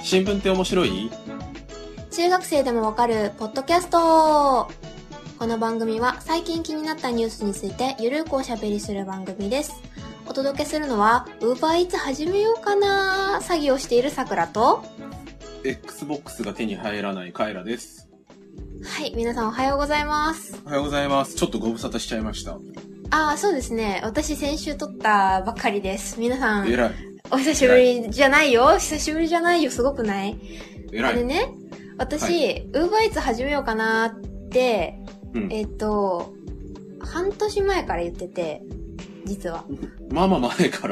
新聞って面白い？ 中学生でもわかるポッドキャスト。この番組は最近気になったニュースについてゆるくおしゃべりする番組です。お届けするのは UberEats 始めようかな詐欺をしているさくらと Xbox が手に入らないカエラです。 はい、皆さんおはようございます。 おはようございます。ちょっとご無沙汰しちゃいました。 そうですね。私先週撮ったばっかりです。皆さん。 偉い。 お久しぶりじゃないよ。久しぶりじゃないよ。すごくない？ 偉い。 でね、私、UberEats 始めようかなって、半年前から言ってて、実は。 まあ前から。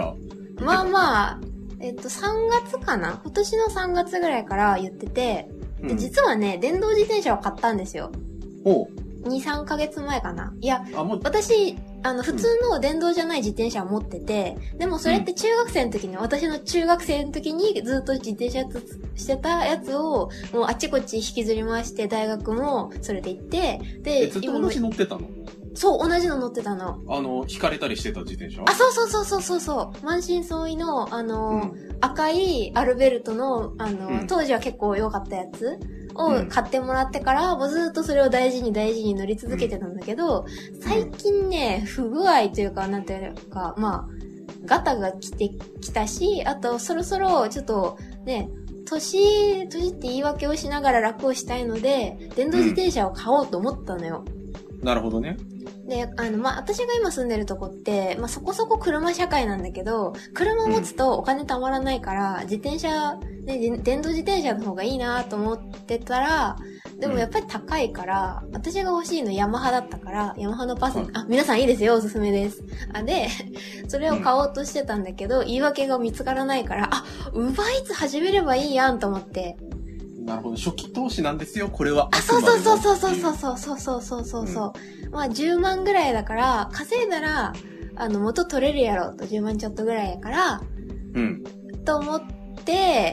3月かな？今年の3月ぐらいから言ってて、で実はね、電動自転車を買ったんですよ。 ほう。 2、3ヶ月前かな。いや、私、普通の電動じゃない自転車を持ってて、でもそれって中学生の時に、私の中学生の時にずっと自転車してたやつを、もうあっちこっち引きずり回して、大学もそれで行って、で、 ずっと同じ乗ってたの？ そう、同じの乗ってたの。 引かれたりしてた自転車？ そう。満身創痍の、赤いアルベルトの、当時は結構良かったやつを買ってもらってから、もうずっとそれを大事に乗り続けてたんだけど、最近ね、不具合というか、なんていうか、ガタが来たし、あと、そろそろ、ちょっと、ね、年って言い訳をしながら楽をしたいので、電動自転車を買おうと思ったのよ。 なるほどね。 で、私が今住んでるとこって、そこそこ車社会なんだけど、車持つとお金貯まらないから、自転車、ね、電動自転車の方がいいなと思ってたら、でもやっぱり高いから、私が欲しいのヤマハだったから、ヤマハのパス、皆さんいいですよ、おすすめです。で、それを買おうとしてたんだけど、言い訳が見つからないから、UberEats始めればいいやんと思って。 なるほど。初期投資なんですよ、これは。 そう。10万ぐらいだから、稼いだら、元取れるやろと、10万ちょっとぐらいやから、と思って、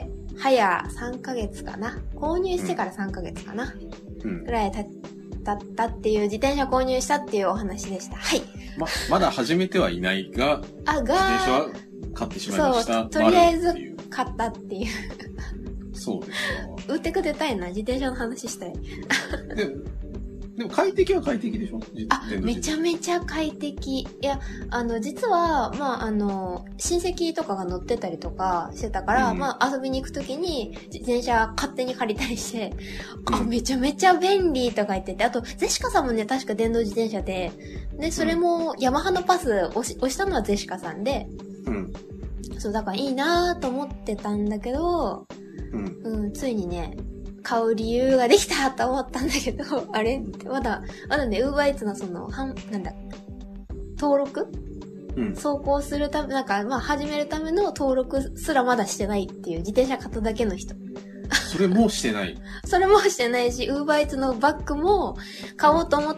早3ヶ月かな。購入してから3ヶ月かな。ぐらい経ったっていう、自転車購入したっていうお話でした。はい。 まだ始めてはいないが、自転車は買ってしまいました。 そう、とりあえず買ったっていう。 そうですか。 売ってくれたいな、自転車の話したい。 でも快適は快適でしょ？ めちゃめちゃ快適。いや、実は、親戚とかが乗ってたりとかしてたから、遊びに行くときに自転車勝手に借りたりして、めちゃめちゃ便利とか言ってて、あと、ゼシカさんもね、確か電動自転車で、それも、ヤマハのパス押したのはゼシカさんで、そう、だからいいなぁと思ってたんだけど、ついにね、買う理由ができたと思ったんだけど、あれまだね、UberEats の登録走行するため、始めるための登録すらまだしてないっていう、自転車買っただけの人。 それもしてない。 それもしてないし、UberEats のバッグも買おうと思って、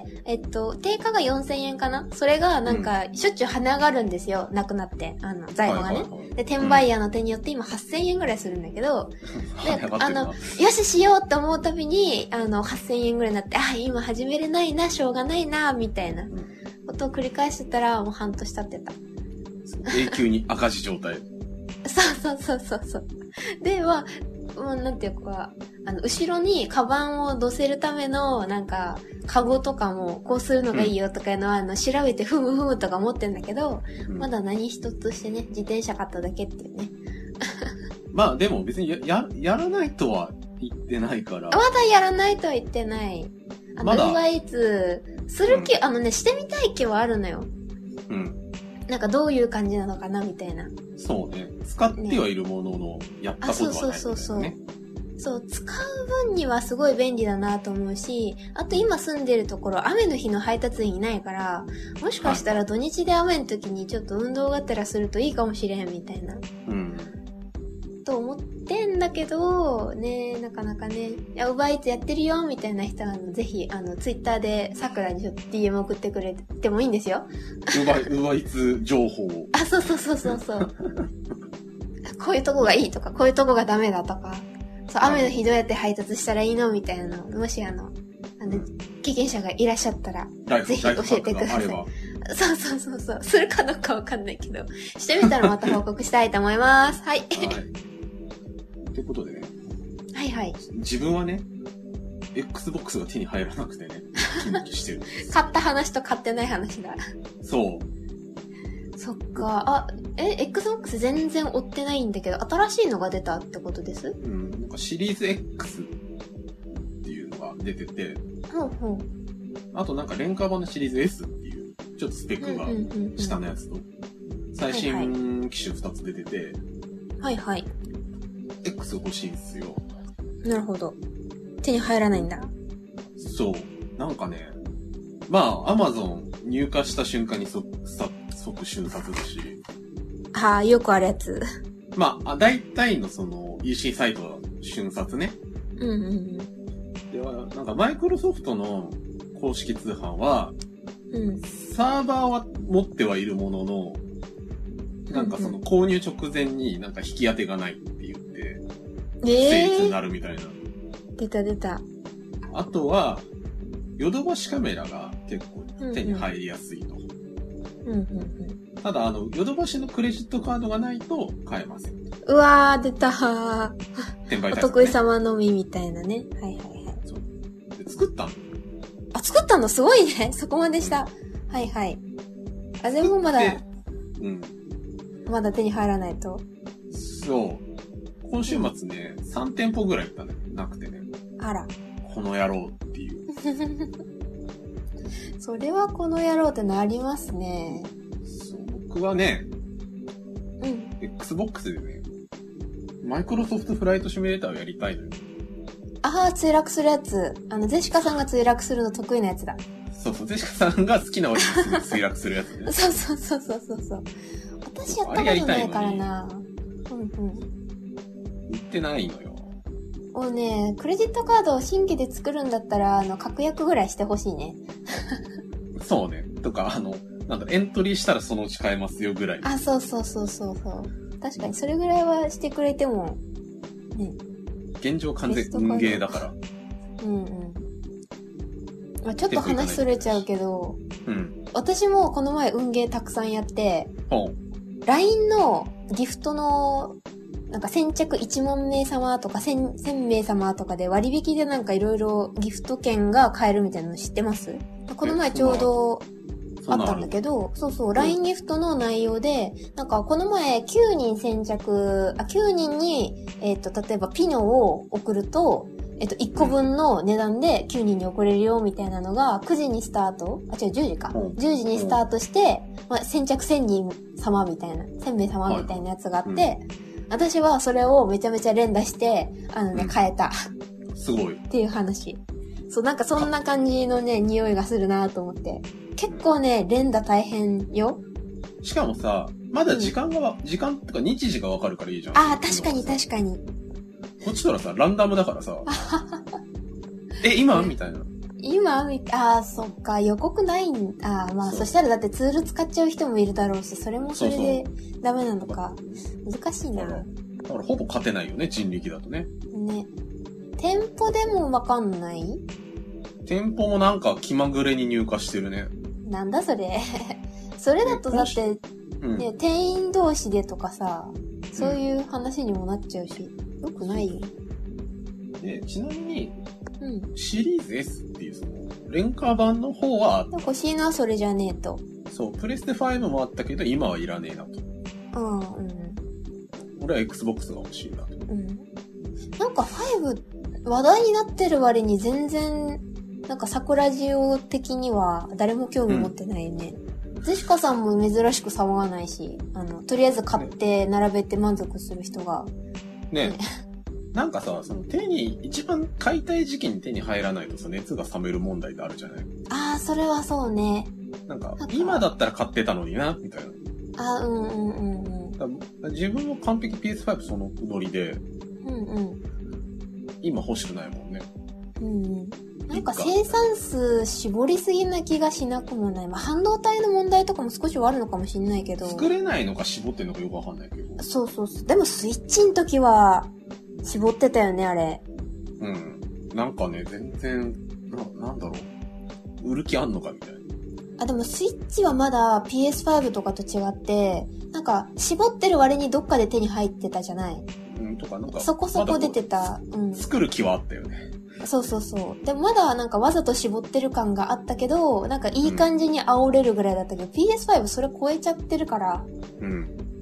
定価が4000円かな？それがしょっちゅう跳ね上がるんですよ。なくなって、在庫がね。で、転売ヤーの手によって今8000円ぐらいするんだけど、で、よししようって思うたびに、8000円ぐらいになって、今始めれないな、しょうがないな、みたいなことを繰り返してたら、もう半年経ってた。 永久に赤字状態。 そう。で、なんていうか、後ろにカバンを乗せるための、カゴとかも、こうするのがいいよとかいうのは、調べてふむとか思ってんだけど、まだ何一つしてね、自転車買っただけっていうね。 でも別にやらないとは言ってないから。 まだやらないとは言ってない。UberEats、する気、してみたい気はあるのよ。どういう感じなのかなみたいな。 そうね。使ってはいるものの、やったことはない、ね。 そう、使う分にはすごい便利だなと思うし、あと今住んでるところ、雨の日の配達員いないから、もしかしたら土日で雨の時にちょっと運動がてらするといいかもしれへんみたいな。と思ってんだけど、ね、なかなかね、UberEats やってるよみたいな人は、ぜひ、Twitter で桜にちょっと DM 送ってくれてもいいんですよ。 UberEats 情報。 そう。こういうとこがいいとか、こういうとこがダメだとか、雨の日どうやって配達したらいいのみたいなの、もし経験者がいらっしゃったら、ぜひ教えてください。そう。するかどうかわかんないけど、してみたらまた報告したいと思います。はい。 ってことでね。 はいはい。 自分はね、Xbox が手に入らなくてね、キンキしてるんです。 買った話と買ってない話だ。 そう。 そっか。Xbox 全然追ってないんだけど、新しいのが出たってことです？ うん、なんかシリーズ X っていうのが出てて、 ほうほう。 あとなんか廉価版のシリーズ S っていう、ちょっとスペックが下のやつと、最新機種2つ出てて、 はいはい。 X 欲しいんすよ。 なるほど。手に入らないんだ。 そう。なんかね、まあ、Amazon 入荷した瞬間に即瞬殺だし。 はあ、よくあるやつ。 まあ、大体のその EC サイトは瞬殺ね。 うんうんうん。 では、なんかマイクロソフトの公式通販は、 うん、 サーバーは持ってはいるものの、なんかその購入直前になんか引き当てがないって言って、不成立になるみたいな。 出た。 あとは、ヨドバシカメラが結構手に入りやすいと。ただ、ヨドバシのクレジットカードがないと買えません。 うわー、出たー。 転売対策、ね、 お得意様のみみたいなね。はいはいはい。 そう。で、作ったの？ 作ったのすごいね。そこまでした。はいはい。あ、でもまだ、まだ手に入らないと。 そう。今週末ね、3店舗ぐらい行ったんだけど、なくてね。 あら。 この野郎っていう。 それはこの野郎ってなりますね。 そう、僕はね、 Xbox でね、マイクロソフトフライトシミュレーターをやりたいのよ。 ああ、墜落するやつ。ジェシカさんが墜落するの得意なやつだ。 そうそう、ジェシカさんが好きな割に墜落するやつね。 そう。私やったことないからな。売ってないのよ。 もうね、クレジットカードを新規で作るんだったら、確約ぐらいしてほしいね。 そうね。とか、なんだ、エントリーしたらそのうち買えますよぐらい。 あ、そう。確かに、それぐらいはしてくれても、ね。 現状完全運ゲーだから。 まあ、ちょっと話それちゃうけど、私もこの前運ゲーたくさんやって、LINE のギフトの、なんか先着1万名様とか 1000名様とかで割引でなんかいろいろギフト券が買えるみたいなの知ってます？この前ちょうどあったんだけど、そう、LINE ギフトの内容で、なんかこの前9人に、例えばピノを送ると、1個分の値段で9人に送れるよみたいなのが9時にスタート、10時か。10時にスタートして、先着1000人様みたいな、1000名様みたいなやつがあって、私はそれをめちゃめちゃ連打して、買えた。 すごい。 っていう話。そう、なんかそんな感じのね、匂いがするなと思って。結構ね、連打大変よ。 しかもさ、まだ時間とか日時がわかるからいいじゃん。 ああ、確かに。こっちからさ、ランダムだからさ。今みたいな。 そっか、予告ないんだ。そしたらだってツール使っちゃう人もいるだろうし、それもそれでダメなのか。難しいな。 だからほぼ勝てないよね、人力だとね。 ね。店舗でもわかんない？ 店舗もなんか気まぐれに入荷してるね。 なんだそれ。それだとだって、ね、店員同士でとかさ、そういう話にもなっちゃうし、よくないよ。 ちなみに、シリーズ S っていうその、廉価版の方は、 欲しいな、それじゃねえと。 そう、プレステ5もあったけど、今はいらねえなと。俺は Xbox が欲しいなと。 なんか5、話題になってる割に全然、なんか桜ジオ的には誰も興味持ってないよね。ジェシカさんも珍しく騒がないし、とりあえず買って並べて満足する人が。 ね。なんかさ、一番買いたい時期に手に入らないとさ、熱が冷める問題ってあるじゃない？ ああ、それはそうね。 なんか今だったら買ってたのにな、みたいな。自分も完璧 PS5 そのノリで、今欲しくないもんね。 なんか生産数絞りすぎな気がしなくもない。半導体の問題とかも少しはあるのかもしれないけど。 作れないのか絞ってんのかよくわかんないけど。 そう。でもスイッチの時は、絞ってたよね、あれ。 なんかね、全然、なんだろう。売る気あんのかみたいな。 でもスイッチはまだ PS5 とかと違って、なんか、絞ってる割にどっかで手に入ってたじゃない。 とかなんか。 そこそこ出てた。 うん。作る気はあったよね。 そうそうそう。でもまだなんかわざと絞ってる感があったけど、なんかいい感じに煽れるぐらいだったけど、PS5 それ超えちゃってるから、うん。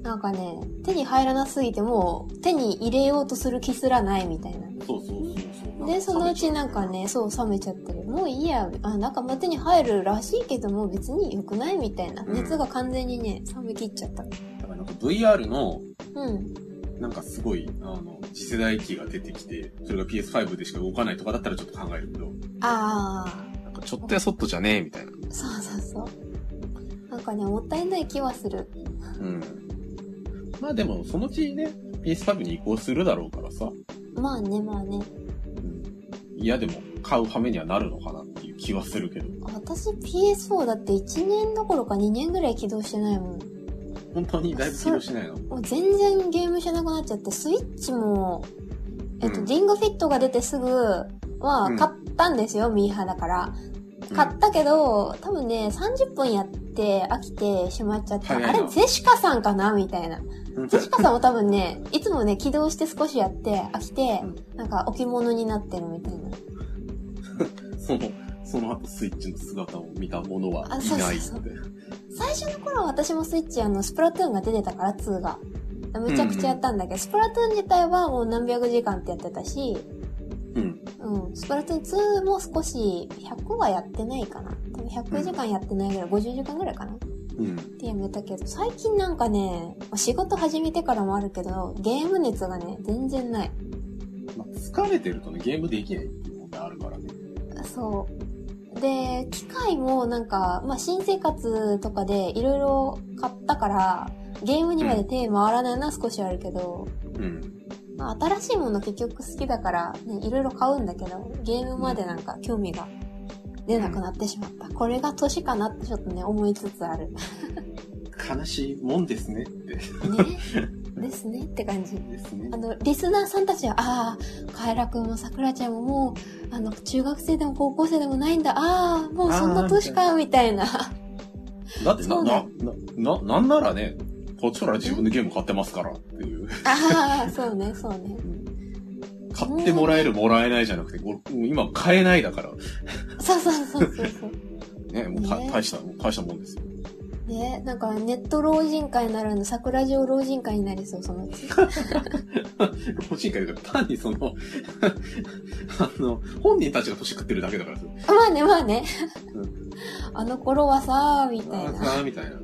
なんかね、手に入らなすぎても手に入れようとする気すらないみたいな。 そうそうそうそう。 で、そのうちなんかね、そう冷めちゃってる。もういいや、なんかもう手に入るらしいけども別に良くないみたいな。熱が完全にね、冷め切っちゃった。だからなんか VR の、うん。なんかすごい、次世代機が出てきて、それが PS5 でしか動かないとかだったらちょっと考えるけど。 ああ。なんかちょっとやそっとじゃねえみたいな。 そうそうそう。なんかね、もったいない気はする。 うん。まあでも、そのうちね、PS5 に移行するだろうからさ。 まあね、まあね。 うん。いやでも、買う羽目にはなるのかなっていう気はするけど。 私 PS4 だって1年どころか2年ぐらい起動してないもん。 本当にだいぶ起動しないの？ もう全然ゲームしなくなっちゃって、スイッチも、リングフィットが出てすぐは買ったんですよ、ミーハーだから。買ったけど、多分ね、30分やって飽きてしまっちゃった。あれ、ゼシカさんかなみたいな。ゼシカさんも多分ね、いつもね、起動して少しやって飽きて、なんか置物になってるみたいな。 その後スイッチの姿を見た者はいないって。そう最初の頃は私もスイッチスプラトゥーンが出てたから2が。むちゃくちゃやったんだけど、スプラトゥーン自体はもう何百時間ってやってたし、うん、スプラトゥーン2も少し100はやってないかな。多分100時間やってないぐらい、50時間ぐらいかな。ってやめたけど、最近なんかね、仕事始めてからもあるけど、ゲーム熱がね、全然ない。 まあ、疲れてるとね、ゲームできないっていう問題あるからね。 そう。で、機械もなんか、まあ、新生活とかでいろいろ買ったから、ゲームにまで手回らないのは少しあるけど、まあ、新しいもの結局好きだから、ね、いろいろ買うんだけど、ゲームまでなんか興味が出なくなってしまった。これが年かなってちょっとね、思いつつある。 悲しいもんですねって。ね。 ですねって感じ。 ですね。 リスナーさんたちは、カエラくんもさくらちゃんももう、中学生でも高校生でもないんだ。もうそんな年か、みたいな。 だってなんならね、こっちから自分でゲーム買ってますからっていう。 そうね、そうね。 買ってもらえる、もらえないじゃなくて、今買えないだから。 そう。 ね、もう大したもんですよ。 ね、なんかネット老人会になるの、桜城老人会になりそう、そのうち。 老人会だから単に本人たちが年食ってるだけだからさ。 まあね。あの頃はさみたいな。 みたいな。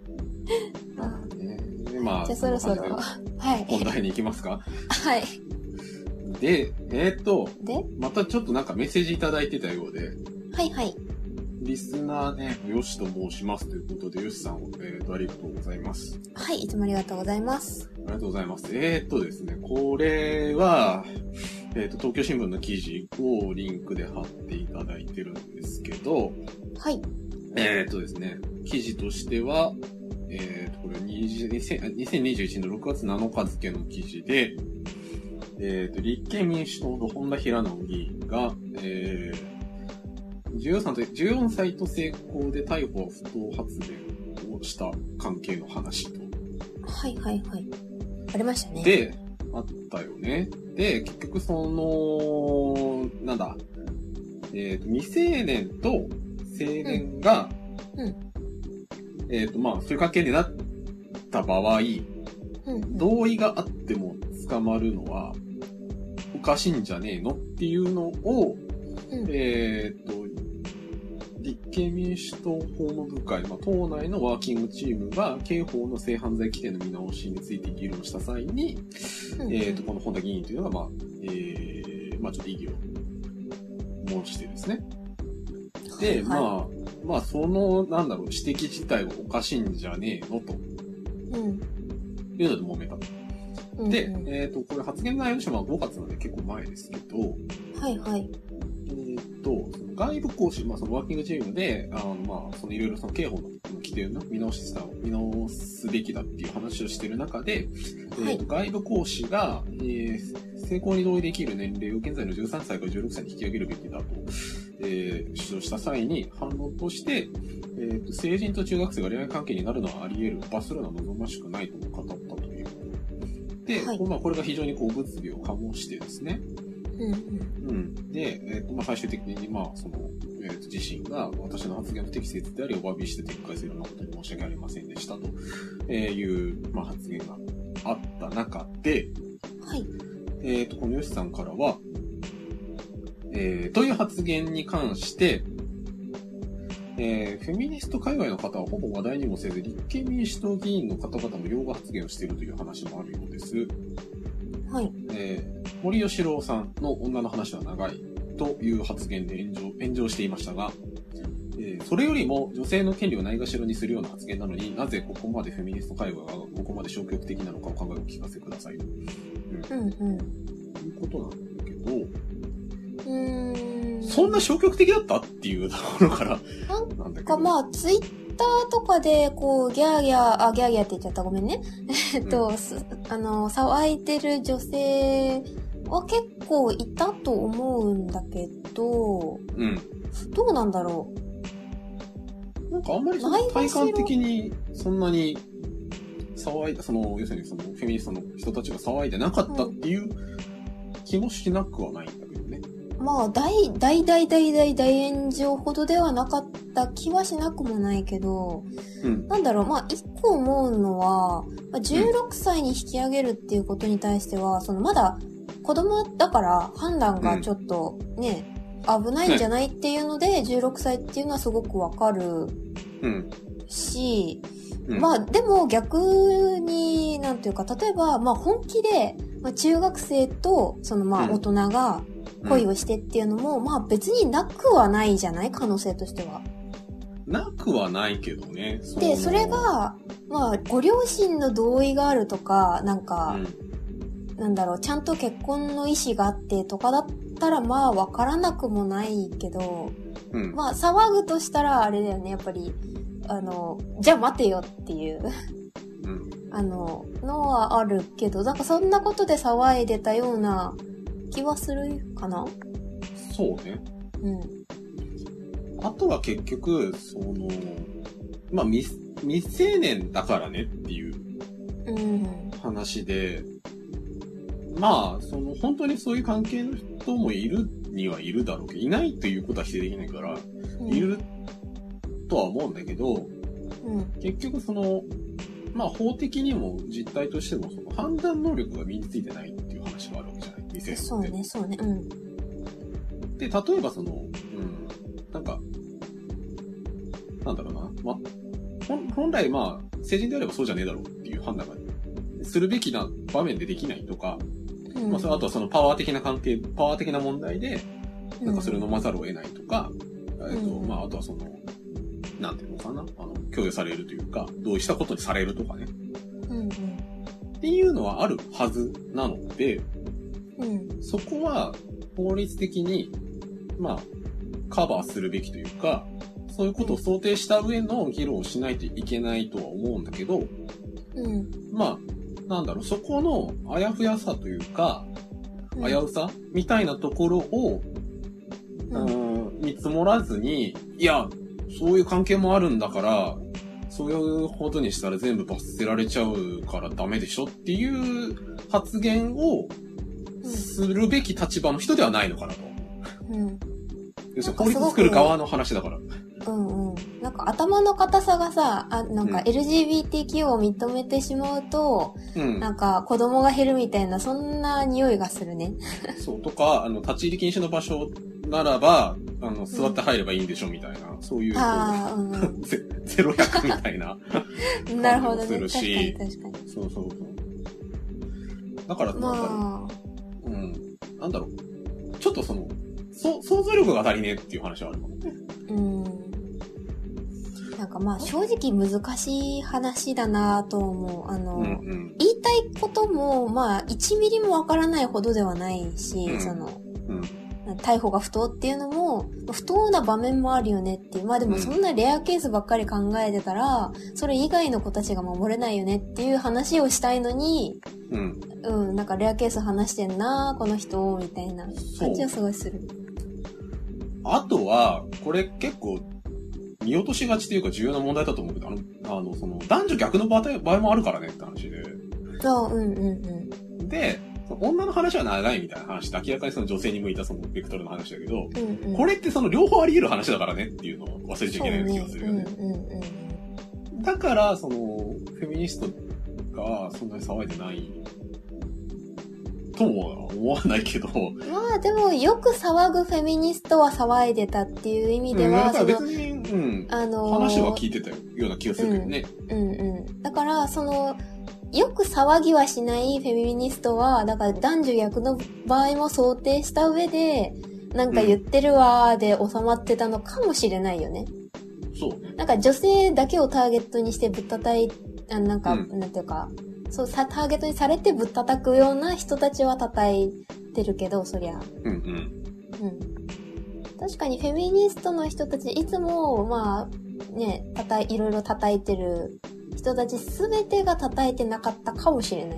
まあ、じゃあそろそろ、はい。 本題に行きますか？ はい。 で、またちょっとなんかメッセージいただいてたようで。 はいはい。 リスナーね、よしと申しますということで、よしさんを、ありがとうございます。 はい、いつもありがとうございます。 ありがとうございます。ですね、これは、東京新聞の記事をリンクで貼っていただいてるんですけど、 はい。 ですね、記事としては、これ2021年の6月7日付の記事で、立憲民主党の本田平直議員が、14歳と性交で逮捕は不当発言をした関係の話と。 はい。ありましたね。 で、あったよね。で、結局未成年と青年が、まあ、そういう関係になった場合、同意があっても捕まるのはおかしいんじゃねえのっていうのを、立憲民主党法務部会、党内のワーキングチームが刑法の性犯罪規定の見直しについて議論した際に、この本田議員というのが、ちょっと異議を申してですね。で、その、指摘自体はおかしいんじゃねえのと。いうので揉めたと。で、これ発言内容としては5月なんで結構前ですけど、外部講師、そのワーキングチームで、いろいろその刑法の規定を見直すべきだっていう話をしている中で、外部講師が、性交に同意できる年齢を現在の13歳から16歳に引き上げるべきだと、主張した際に反論として、成人と中学生が恋愛関係になるのはあり得る、罰するのは望ましくないとも語ったということで、 で、 はいまあこれが非常にこう物議を醸してですね。で、最終的に、自身が私の発言不適切であり、お詫びして撤回するようなことに申し訳ありませんでしたという、発言があった中で、 はい。 このヨシさんからは、という発言に関して、フェミニスト界隈の方はほぼ話題にもせず、立憲民主党議員の方々も擁護発言をしているという話もあるようです。 はい。 森喜朗さんの女の話は長いという発言で炎上していましたが、それよりも女性の権利をないがしろにするような発言なのになぜここまでフェミニスト界隈がここまで消極的なのかお考えをお聞かせくださいと。いうことなんだけど、そんな消極的だったっていうところからなんだけど。 ツイッターとかで、こう、ギャーギャーって言っちゃった。ごめんね。騒いでる女性は結構いたと思うんだけど、どうなんだろう。なんかあんまり体感的にそんなに騒いだ、要するにそのフェミニストの人たちが騒いでなかったっていう気もしなくはないんだけどね。 大炎上ほどではなかった気はしなくもないけど、一個思うのは、16歳に引き上げるっていうことに対しては、まだ子供だから判断がちょっとね、危ないんじゃないっていうので、16歳っていうのはすごくわかるし、でも逆に、なんていうか、例えば、本気で、中学生と、大人が恋をしてっていうのも、別になくはないじゃない？可能性としては。 なくはないけどね。 で、それが、ご両親の同意があるとか、ちゃんと結婚の意思があってとかだったら、わからなくもないけど、騒ぐとしたら、あれだよね、やっぱり、じゃあ待てよっていう、のはあるけど、そんなことで騒いでたような気はするかな？ そうね。あとは結局、未成年だからねっていう話で、本当にそういう関係の人もいるにはいるだろうけど、いないということは否定できないから、いるとは思うんだけど、結局法的にも実態としても判断能力が身についてないっていう話があるわけじゃない？未成年って。 そうね。 で、例えば本来成人であればそうじゃねえだろうっていう判断がするべきな場面でできないとか、あとはパワー的な問題で、それを飲まざるを得ないとか、あとはなんていうのかな、共有されるというか、同意したことにされるとかね。っていうのはあるはずなので、そこは法律的に、カバーするべきというか、そういうことを想定した上の議論をしないといけないとは思うんだけど、そこのあやふやさというか、危うさみたいなところを、見積もらずに、いや、そういう関係もあるんだから、そういうことにしたら全部罰せられちゃうからダメでしょっていう発言をするべき立場の人ではないのかなと。要するに法律作る側の話だから。 頭の固さがさ、LGBTQ を認めてしまうと、子供が減るみたいな、そんな匂いがするね。 そう、とか、立ち入り禁止の場所ならば、座って入ればいいんでしょみたいな、そういう、ゼロ100みたいな。 なるほどね。 するし、 確かに。 そう。だから、ちょっと想像力が足りねえっていう話はあるかもね。 正直難しい話だなと思う。言いたいことも、1ミリもわからないほどではないし、逮捕が不当っていうのも、不当な場面もあるよねっていう。でもそんなレアケースばっかり考えてたら、それ以外の子たちが守れないよねっていう話をしたいのに、レアケース話してんなこの人、みたいな感じはすごいする。 あとは、これ結構、見落としがちというか重要な問題だと思うけど、男女逆の場合もあるからねって話で。 で、その女の話は長いみたいな話で、明らかにその女性に向いたそのベクトルの話だけど、 うんうん、 これってその両方あり得る話だからねっていうのを忘れちゃいけないような気がするよね。だから、その、フェミニストがそんなに騒いでないとも思わないけど。 まあでも、よく騒ぐフェミニストは騒いでたっていう意味では、 だから別に、話は聞いてたような気がするけどね。 だから、よく騒ぎはしないフェミニストは、だから男女逆の場合も想定した上で、なんか言ってるわーで収まってたのかもしれないよね。 そうね。 なんか女性だけをターゲットにしてぶったたい、なんていうか、そう、ターゲットにされてぶったたくような人たちは叩いてるけど、そりゃ。確かにフェミニストの人たち、いつも、まあ、ね、いろいろ叩いてる人たちすべてが叩いてなかったかもしれない。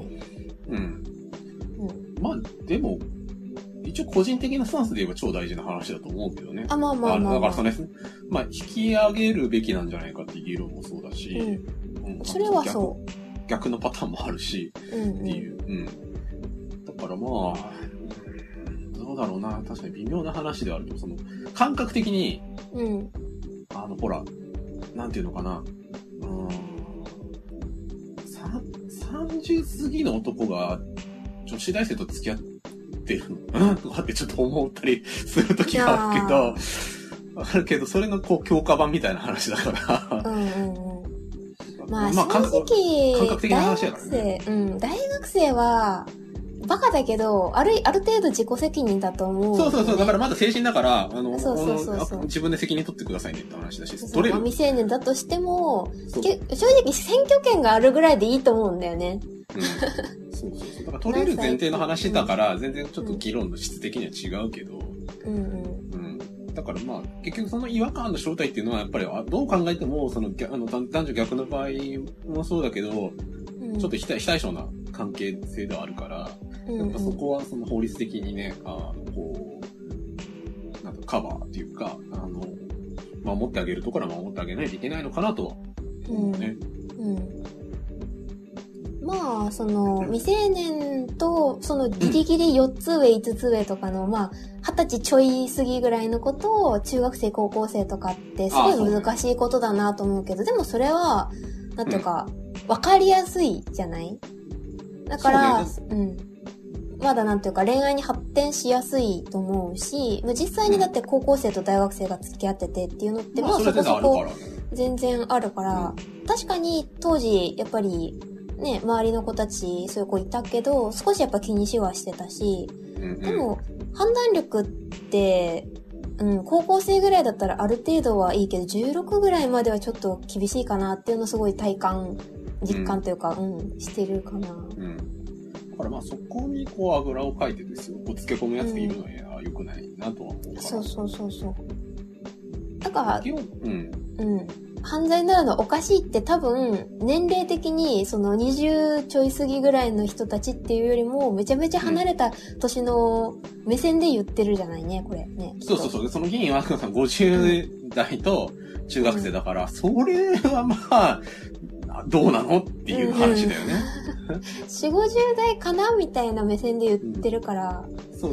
まあ、でも、一応個人的なスタンスで言えば超大事な話だと思うけどね。 まあ。 だからまあ、引き上げるべきなんじゃないかっていう議論もそうだし、 それはそう。 逆のパターンもあるし、っていう。だからまあ、どうだろうな。確かに微妙な話ではあると、感覚的に、ほら、なんていうのかな。30過ぎの男が女子大生と付き合ってるのとかってちょっと思ったりする時があるけど、それの強化版みたいな話だから。 まあ正直、 感覚的な話だからね。 大学生は、バカだけど、ある程度自己責任だと思う、ね。 そう。だからまだ成人だから、自分で責任取ってくださいねって話だし、 取れる。未成年だとしても、正直選挙権があるぐらいでいいと思うんだよね。 そう。だから取れる前提の話だから、全然ちょっと議論の質的には違うけど、だからまあ、結局その違和感の正体っていうのは、やっぱりどう考えても、男女逆の場合もそうだけど、ちょっと非対称な関係性ではあるから、やっぱそこはその法律的にね、なんかカバーっていうか、守ってあげるところは守ってあげないといけないのかなとは思うね。 まあ、未成年と、ギリギリ4つ上、5つ上とかの、まあ、20歳ちょい過ぎぐらいのことを、中学生、高校生とかって、すごい難しいことだなと思うけど、でもそれは、なんていうか、わかりやすいじゃない？だから、まだなんていうか、恋愛に発展しやすいと思うし、実際にだって高校生と大学生が付き合っててっていうのって、まあそこそこ全然あるから、確かに当時、やっぱり、ね、周りの子たち、そういう子いたけど、少しやっぱ気にしはしてたし、でも、判断力って、高校生ぐらいだったらある程度はいいけど、16ぐらいまではちょっと厳しいかなっていうのをすごい実感というか、してるかな。だからまあそこにあぐらをかいてですよ、つけ込むやつがいるのは良くないなとは思うから。 そう。だから、犯罪になるのはおかしいって多分、年齢的に20ちょい過ぎぐらいの人たちっていうよりも、めちゃめちゃ離れた年の目線で言ってるじゃないね、これね。 そう。その議員は50代と中学生だから、それはまあ、どうなのっていう話だよね。 40、50代かなみたいな目線で言ってるから。 そう。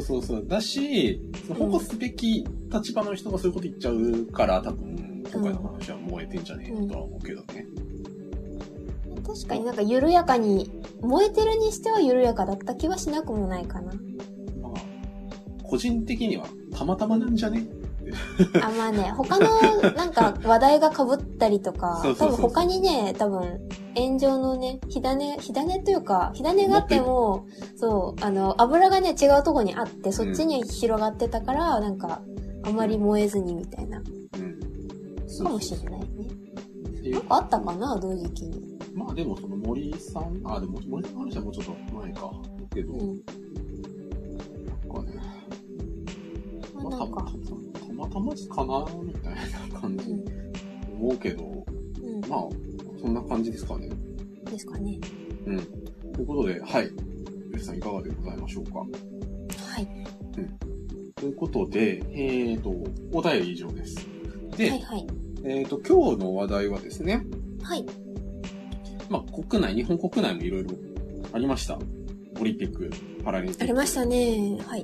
だし、保護すべき立場の人がそういうこと言っちゃうから、多分、今回の話は燃えてんじゃねえとは思うけどね。 確かになんか緩やかに、燃えてるにしては緩やかだった気はしなくもないかな。 まあ、個人的にはたまたまなんじゃねまあね、他のなんか話題が被ったりとか、多分他にね、炎上のね、火種というか、火種があっても、そう、油がね、違うとこにあって、そっちに広がってたから、なんか、あまり燃えずにみたいな。かもしれないね。なんかあったかな、同時期に。 まあでも森さん、でも森さんの話はもうちょっと前か。けど、なんかね、たまたまかなみたいな感じ、思うけど、まあ、そんな感じですかね。 ですかね。 ということで、はい。皆さんいかがでございましょうか。 はい。 ということで、お便り以上です。で、今日の話題はですね、 はい。 まあ、日本国内もいろいろありました。 オリンピック、パラリンピック。 ありましたね。はい。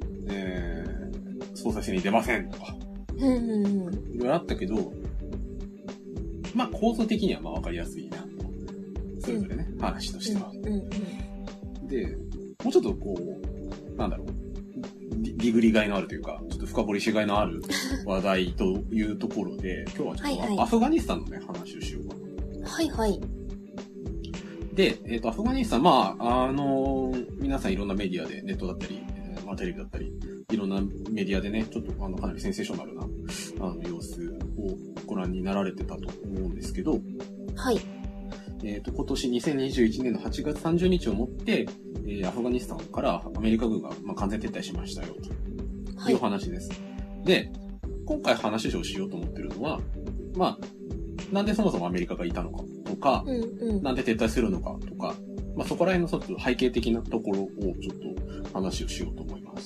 総裁選に出ませんとか。いろいろあったけど、まあ構造的にはまあわかりやすいなと。それぞれね、話としては。で、もうちょっとこう、なんだろう。ディグリがいのあるというか、ちょっと深掘りしがいのある話題というところで、今日はちょっとアフガニスタンのね、話をしようかな。 はいはい。 で、アフガニスタン、まあ、皆さんいろんなメディアで、ネットだったり、まあ、テレビだったり、いろんなメディアでね、ちょっとかなりセンセーショナルな、様子をご覧になられてたと思うんですけど、 はい。 今年2021年の8月30日をもって、アフガニスタンからアメリカ軍が、まあ、完全撤退しましたよ、という話です。で、今回話をしようと思ってるのは、まあ、なんでそもそもアメリカがいたのかとか、なんで撤退するのかとか、まあ、そこら辺のちょっと背景的なところをちょっと話をしようと思います。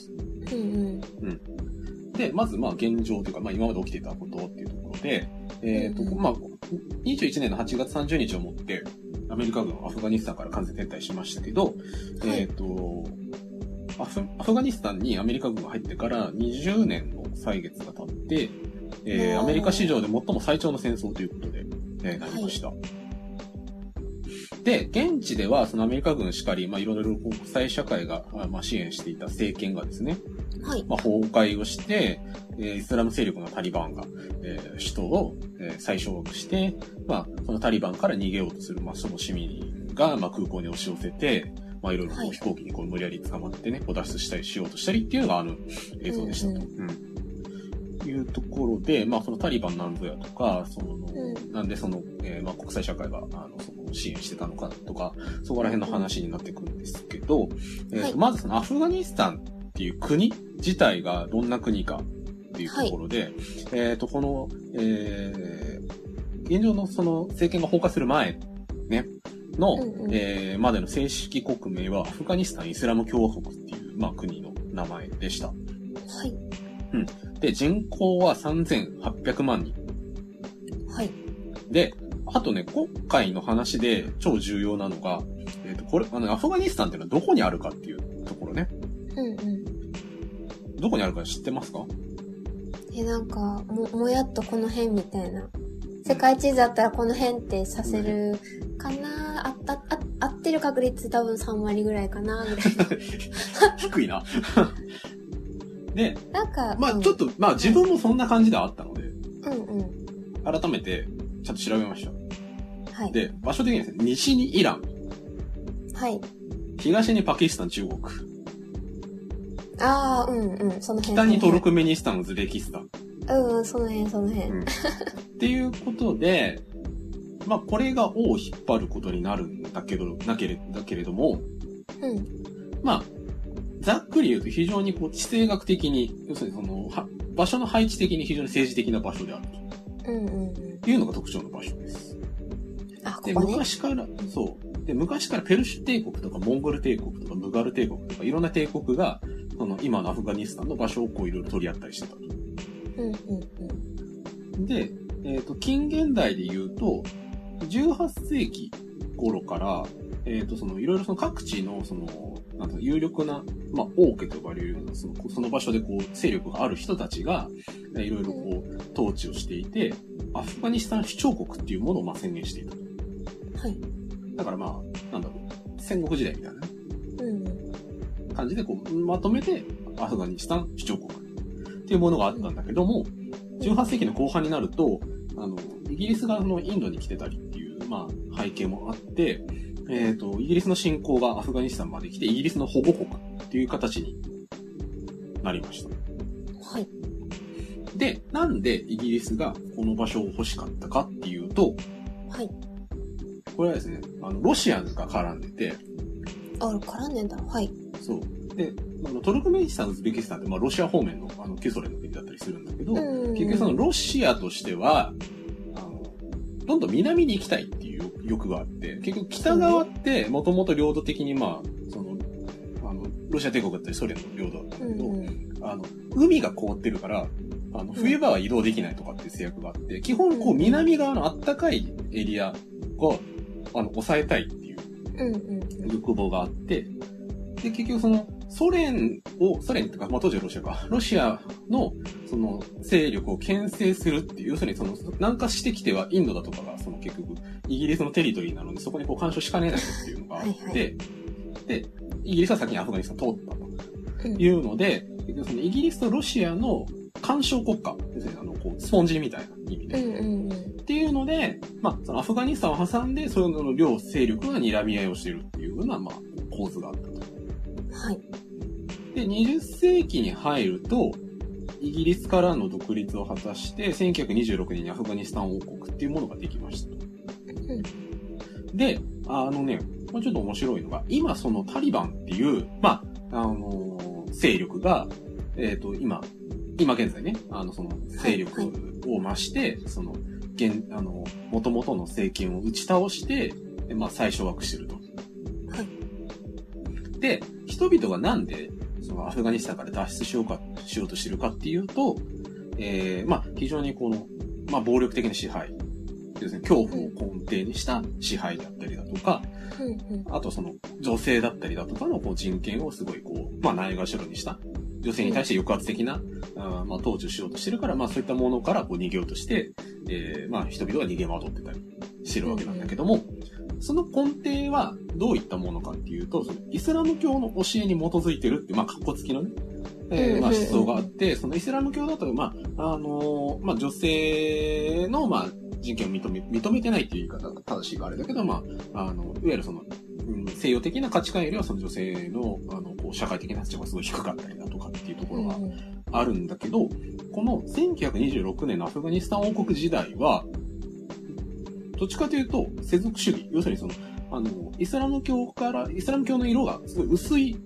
で、まず、まあ、現状というか、まあ、今まで起きていたことっていうところで、まあ、21年の8月30日をもって、アメリカ軍はアフガニスタンから完全撤退しましたけど、アフガニスタンにアメリカ軍が入ってから20年の歳月が経って、アメリカ史上で最も最長の戦争ということで、なりました。で、現地ではそのアメリカ軍しかり、まあ、いろいろ国際社会が、まあ、支援していた政権がですね、まあ、崩壊をして、イスラム勢力のタリバンが、首都を、再掌握して、まあ、そのタリバンから逃げようとする、まあ、その市民が、まあ、空港に押し寄せて、まあ、いろいろこう飛行機にこう無理やり捕まってね、こう脱出したりしようとしたりっていうのが映像でしたと。いうところで、まあ、そのタリバンなんぞやとか、なんでその、まあ、国際社会が、その支援してたのかとか、そこら辺の話になってくるんですけど、まずそのアフガニスタンっていう国自体がどんな国かっていうところで、この、現状のその政権が崩壊する前、ね、の、までの正式国名はアフガニスタンイスラム共和国っていう、まあ、国の名前でした。で、人口は3800万人。で、あとね、今回の話で超重要なのが、これ、アフガニスタンっていうのはどこにあるかっていうところね。どこにあるか知ってますか？ なんか、もやっとこの辺みたいな。世界地図だったらこの辺ってさせるかな、合ってる確率多分3割ぐらいかな、ぐらいの。 低いな。で、 なんか、 まあちょっと、まあ自分もそんな感じではあったので、改めてちゃんと調べました。で、場所的にですね、西にイラン。東にパキスタン、中国。 その辺。 北にトルクメニスタン、ウズベキスタン。 その辺。 っていうことで、まあこれが尾を引っ張ることになるんだけれども、まあ、ざっくり言うと非常にこう地政学的に、要するにその、場所の配置的に非常に政治的な場所であると。いうのが特徴の場所です。で、昔から、で、昔からペルシュ帝国とかモンゴル帝国とかムガル帝国とかいろんな帝国が、その今のアフガニスタンの場所をこういろいろ取り合ったりしてたと。で、近現代で言うと、18世紀頃から、そのいろいろその各地のその、なんていう有力な、まあ、王家と呼ばれるような、その場所でこう、勢力がある人たちが、いろいろこう、統治をしていて、アフガニスタン首長国っていうものをまあ宣言していた。だからまあ、なんだろう、戦国時代みたいなね。感じでこう、まとめて、アフガニスタン首長国っていうものがあったんだけども、18世紀の後半になると、イギリスがインドに来てたりっていう、まあ、背景もあって、イギリスの侵攻がアフガニスタンまで来て、イギリスの保護国っていう形になりました。で、なんでイギリスがこの場所を欲しかったかっていうと、これはですね、ロシアが絡んでて、 絡んでんだ。 そう。で、トルクメニスタン、ウズベキスタンって、まあ、ロシア方面の、旧ソ連の国だったりするんだけど、結局そのロシアとしては、どんどん南に行きたいっていう欲があって、結局北側って、もともと領土的に、まあ、その、ロシア帝国だったりソ連の領土だったんだけど、海が凍ってるから、冬場は移動できないとかっていう制約があって、基本、こう、南側のあったかいエリアを、抑えたいっていう欲望があって、 で、結局その、ソ連っていうか、まあ、当時はロシアの、その、勢力を牽制するっていう、要するにその、南下してきてはインドだとかが、その結局、イ干のテリトリーなので、そこにこう干渉しかねないっていうのがあって、はいはい、で、イギリスは先にアフガニスタン通ったというので、結局そのイギリスとロシアの干渉国家、要するにこう、スポンジみたいな意味で。っていうので、まあ、そのアフガニスタンを挟んで、その両勢力が睨み合いをしているっていうような、まあ、構図があったと。 はい。 で、20世紀に入ると、イギリスからの独立を果たして、1926年にアフガニスタン王国っていうものができましたと。で、これちょっと面白いのが、今そのタリバンっていう、まあ、勢力が、今現在ね、その勢力を増して、その、元々の政権を打ち倒して、まあ、再掌握してると。 はい。 で、人々がなんで、そのアフガニスタンから脱出しようとしてるかっていうと、まあ、非常にこの、まあ、暴力的な支配。要するに恐怖を根底にした支配だったりだとか、あとその女性だったりだとかのこう人権をすごいこう、まあ、ないがしろにした。女性に対して抑圧的な、まあ、統治をしようとしてるから、まあ、そういったものからこう逃げようとして、まあ、人々が逃げ惑ってたりしてるわけなんだけども、その根底はどういったものかっていうと、そのイスラム教の教えに基づいてるって、まあ、カッコつきのね、まあ、思想があって、そのイスラム教だと、まあ、まあ、女性の、まあ、人権を認めてないっていう言い方が正しいかあれだけど、まあ、いわゆるその、西洋的な価値観よりはその女性の、こう、社会的な立場がすごい低かったりだとかっていうところがあるんだけど、この1926年のアフガニスタン王国時代は、どっちかというと、世俗主義。要するにその、イスラム教の色がすごい薄い、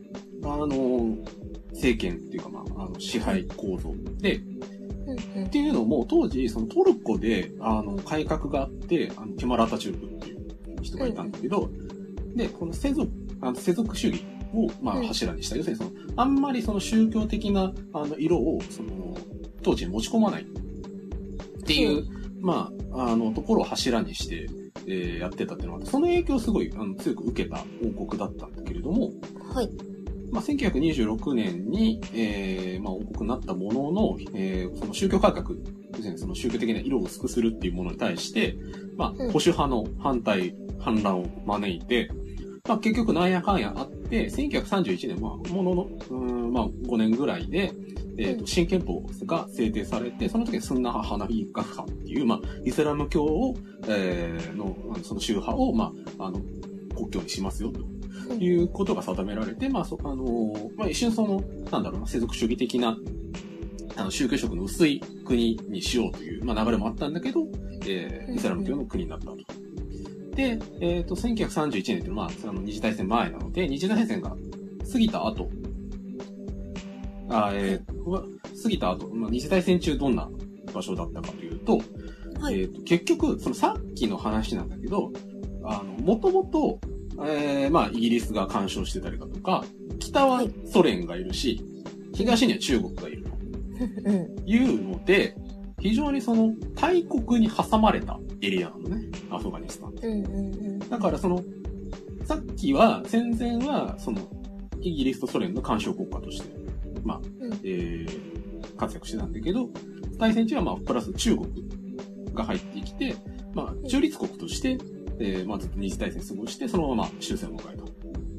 政権っていうか、まあ、支配構造で、っていうのも、当時、そのトルコで、改革があって、ケマル・アタチュルクっていう人がいたんだけど、で、この世俗主義を、まあ、柱にした。要するに、あんまりその宗教的な、色を、当時に持ち込まない。っていう、まあ、ところを柱にして、やってたっていうのがあって、その影響をすごい、強く受けた王国だったんだけれども、 はい。 まあ、1926年に、まあ、王国になったものの、その宗教改革、その宗教的な色を薄くするっていうものに対して、まあ、保守派の反乱を招いて、まあ、結局なんやかんやあって、1931年、まあ、まあ、5年ぐらいで、新憲法が制定されて、その時にスンナ派、ハナフィガフ派っていう、まあ、イスラム教を、その宗派を、まあ、国教にしますよ、ということが定められて、まあ、まあ、一瞬なんだろうな、世俗主義的な、宗教色の薄い国にしようという、まあ、流れもあったんだけど、イスラム教の国になったと。で、1931年っていうのは、まあ、二次大戦前なので、二次大戦が過ぎた後、まあ、二次大戦中どんな場所だったかというと、はい、結局、さっきの話なんだけど、もともと、まあ、イギリスが干渉してたりだとか、北はソ連がいるし、東には中国がいるというので、非常に大国に挟まれたエリアなのね、アフガニスタン。だからさっきは、戦前は、イギリスとソ連の干渉国家として、まあ、活躍してたんだけど、大戦中はまあ、プラス中国が入ってきて、まあ、中立国として、まあ、ずっと二次大戦過ごして、そのまま終戦を迎えた。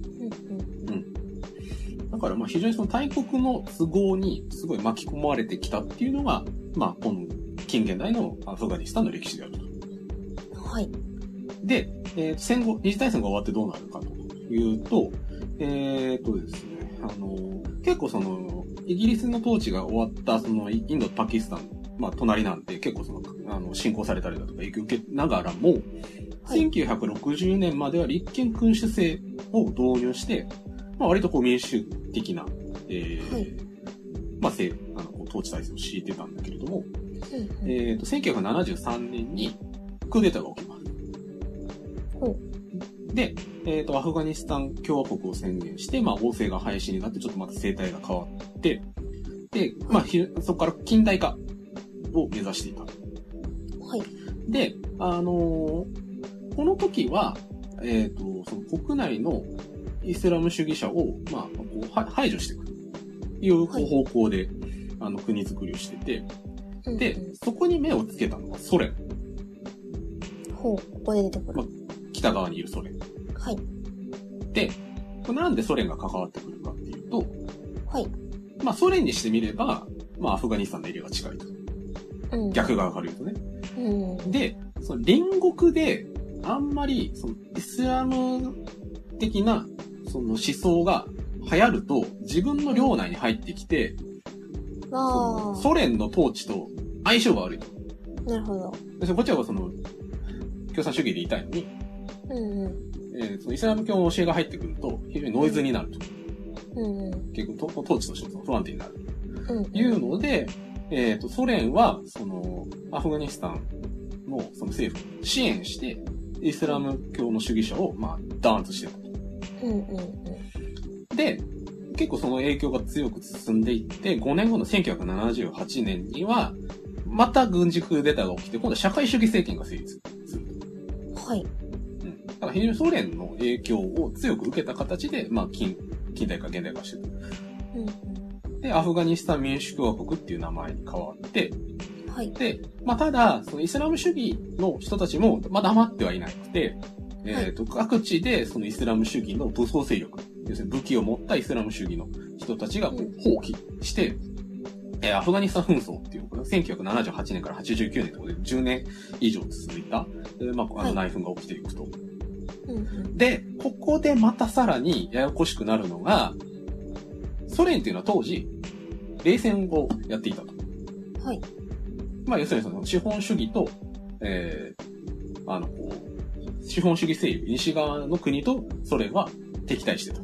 だから、まあ、非常に大国の都合にすごい巻き込まれてきたっていうのが、まあ、この近現代のアフガニスタンの歴史であると。 はい。 で、戦後、二次大戦が終わってどうなるかというと、ですね、結構イギリスの統治が終わった、インドとパキスタン、まあ、隣なんで、結構侵攻されたりだとか影響を受けながらも、はい、1960年までは立憲君主制を導入して、まあ、割と民主的な、はい、まあ、統治体制を敷いてたんだけれども、1973年にクーデターが起きます。で、アフガニスタン共和国を宣言して、まあ、王政が廃止になって、ちょっとまた生態が変わって、で、まあ、そこから近代化を目指していた。 はい。 で、この時は、国内の、 イスラム主義者を、まあ、こう排除していくという方向で、国づくりをしてて、で、そこに目をつけたのがソ連。 ほう、ここで出てくる。 まあ、北側にいるソ連。 はい。 で、なんでソ連が関わってくるかっていうと、 はい。 まあ、ソ連にしてみれば、まあ、アフガニスタンのエリアが近いと。逆側から言うとね。で、その隣国で、あんまり、その、イスラム的な、その思想が流行ると、自分の領内に入ってきて、ソ連の統治と相性が悪いと。 なるほど。 こっちはその、共産主義でいたいのに、そのイスラム教の教えが入ってくると、非常にノイズになると。結構、統治としても不安定になる。というので、ソ連は、その、アフガニスタンのその政府を支援して、イスラム教の主義者を、まあ、弾圧してたと。で、結構その影響が強く進んでいって、5年後の1978年には、また軍事クーデターが起きて、今度は社会主義政権が成立すると。 はい。 だから非常にソ連の影響を強く受けた形で、まあ、近代化、現代化してる。で、アフガニスタン民主共和国っていう名前に変わって、 はい。 で、まあ、ただ、そのイスラム主義の人たちも、まだ黙ってはいなくて、各地でそのイスラム主義の武装勢力、要するに武器を持ったイスラム主義の人たちが放棄して、アフガニスタン紛争っていうのが1978年から89年とかで10年以上続いた、まあ、内紛が起きていくと。で、ここでまたさらにややこしくなるのが、ソ連っていうのは当時、冷戦をやっていたと。 はい。 まあ、要するにその資本主義と、資本主義勢力、西側の国とソ連は敵対してたと。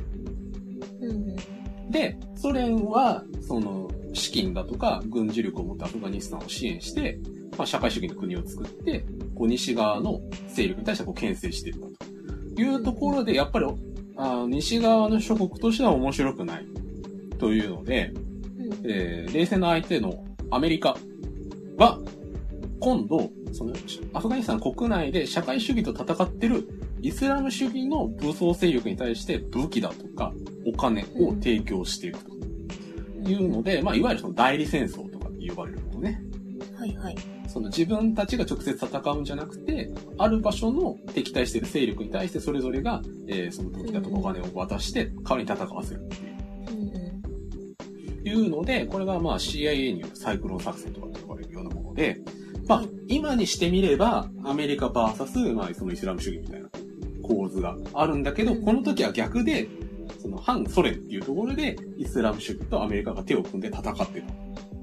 で、ソ連は、その、資金だとか軍事力を持ったアフガニスタンを支援して、まあ、社会主義の国を作って、こう西側の勢力に対してこう牽制していったというところで、やっぱり西側の諸国としては面白くないというので、冷戦の相手のアメリカは今度そのアフガニスタン国内で社会主義と戦ってるイスラム主義の武装勢力に対して武器だとかお金を提供していくというので、まあいわゆるその代理戦争とかって呼ばれるものね。 はいはい。 その自分たちが直接戦うんじゃなくて、ある場所の敵対している勢力に対してそれぞれが、その武器だとかお金を渡して代わりに戦わせるっていう。いうので、これがまあ CIA によるサイクロン作戦とかって呼ばれるようなもので、まあ今にしてみればアメリカ VS まあそのイスラム主義みたいな構図があるんだけど、この時は逆で、その反ソ連っていうところでイスラム主義とアメリカが手を組んで戦ってた。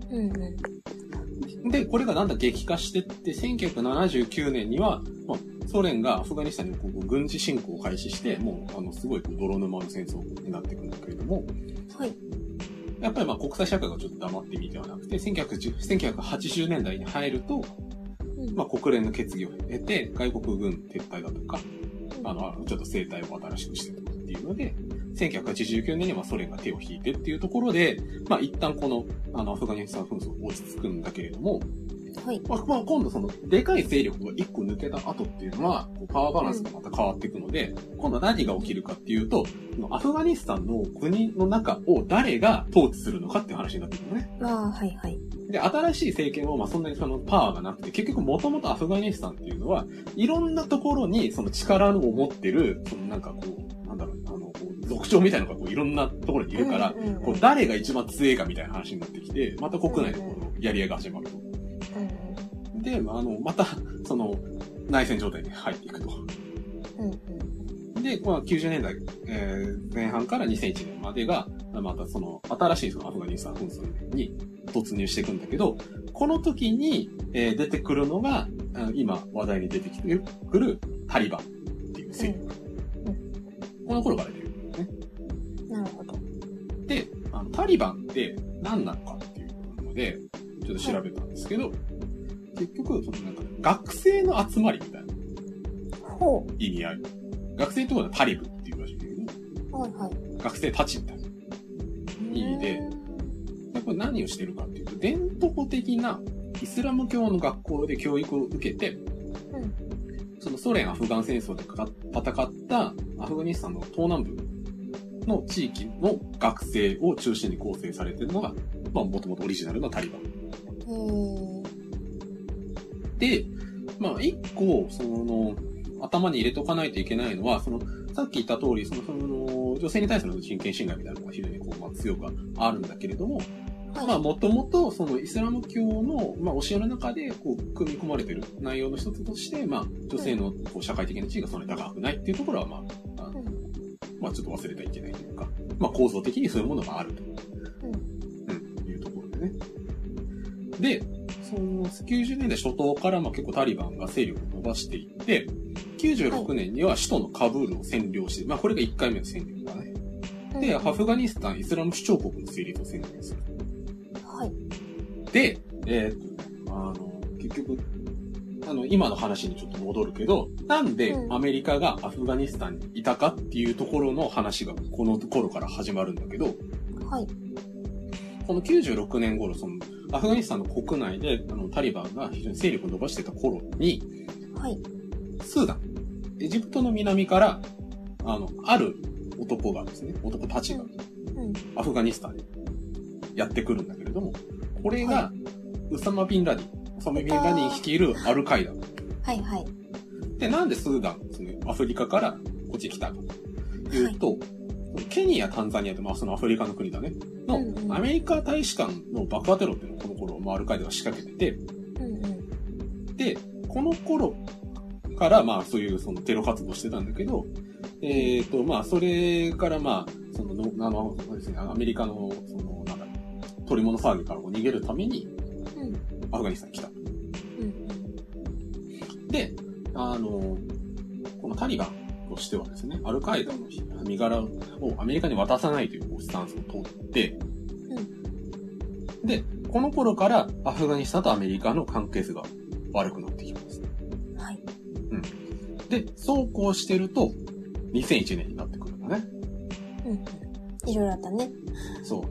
で、これがだんだん激化してって、1979年には、まあ、ソ連がアフガニスタンにこう軍事侵攻を開始して、もうすごい泥沼の戦争になっていくんだけれども、 はい。 やっぱりまあ国際社会がちょっと黙ってみてはなくて、1980年代に入ると、まあ国連の決議を経て、外国軍撤退だとか、ちょっと生態を新しくしてとかっていうので、1989年にはソ連が手を引いてっていうところで、まあ一旦この、アフガニスタン紛争落ち着くんだけれども、 はい。 まあ今度その、でかい勢力が一個抜けた後っていうのは、こうパワーバランスがまた変わっていくので、今度は何が起きるかっていうと、アフガニスタンの国の中を誰が統治するのかっていう話になってくるのね。 はいはい。 で、新しい政権はまあそんなにそのパワーがなくて、結局もともとアフガニスタンっていうのは、いろんなところにその力を持ってる、そのなんかこう、なんだろう、族長みたいなのがこういろんなところにいるから、こう誰が一番強いかみたいな話になってきて、また国内でこのやり合いが始まると。で、また、その、内戦状態に入っていくと。で、90年代、前半から2001年までが、またその、新しいそのアフガニスタン紛争に突入していくんだけど、この時に、出てくるのが、今話題に出てくるタリバンっていう勢力。この頃から出てくるんだよね。 なるほど。 で、タリバンって何なのかっていうので、ちょっと調べたんですけど、結局、そのなんか、学生の集まりみたいな意味合い。学生ってことはタリブっていうらしいけど、はいはい。学生たちみたいな意味で、でこれ何をしてるかっていうと、伝統的なイスラム教の学校で教育を受けて、そのソ連・アフガン戦争で戦った、 アフガニスタンの東南部の地域の学生を中心に構成されているのが、まあ、もともとオリジナルのタリバン。で、まあ、一個、頭に入れとかないといけないのは、さっき言った通り、女性に対する人権侵害みたいなのが非常にまあ、強くあるんだけれども、はい、まあ、もともと、イスラム教の、まあ、教えの中で、組み込まれている内容の一つとして、まあ、女性の社会的な地位がそんなに高くないっていうところは、まあ、まあ、ちょっと忘れてはいけないというか、まあ、構造的にそういうものがあると。いうところでね。で、90年代初頭から、まあ、結構タリバンが勢力を伸ばしていって、96年には首都のカブールを占領して、まあ、これが1回目の占領だね。で、アフガニスタン・イスラム首長国の成立を宣言する。 はい。 で、結局、今の話にちょっと戻るけど、なんでアメリカがアフガニスタンにいたかっていうところの話がこの頃から始まるんだけど、 はい。 この96年頃、アフガニスタンの国内で、タリバンが非常に勢力を伸ばしてた頃に、 はい。 スーダン、エジプトの南から、ある男たちが、アフガニスタンにやってくるんだけれども、これが、ウサマ・ビンラディン率いるアルカイダ。 はいはい。 で、なんでスーダン、アフリカからこっちに来たかというと、ケニア、タンザニアって、まあそのアフリカの国だね。の、アメリカ大使館の爆破テロっていうのをこの頃、まあアルカイダが仕掛けてて、で、この頃から、まあそういうテロ活動してたんだけど、まあそれから、まあ、ですね、アメリカの、取り物騒ぎから逃げるために、アフガニスタンに来た。で、このタリバンとしてはですね、アルカイダの身柄をアメリカに渡さないというスタンスを取って、で、この頃からアフガニスタンとアメリカの関係性が悪くなってきます。 はい。 で、そうこうしてると、2001年になってくるんだね。 いろいろあったね。 そう。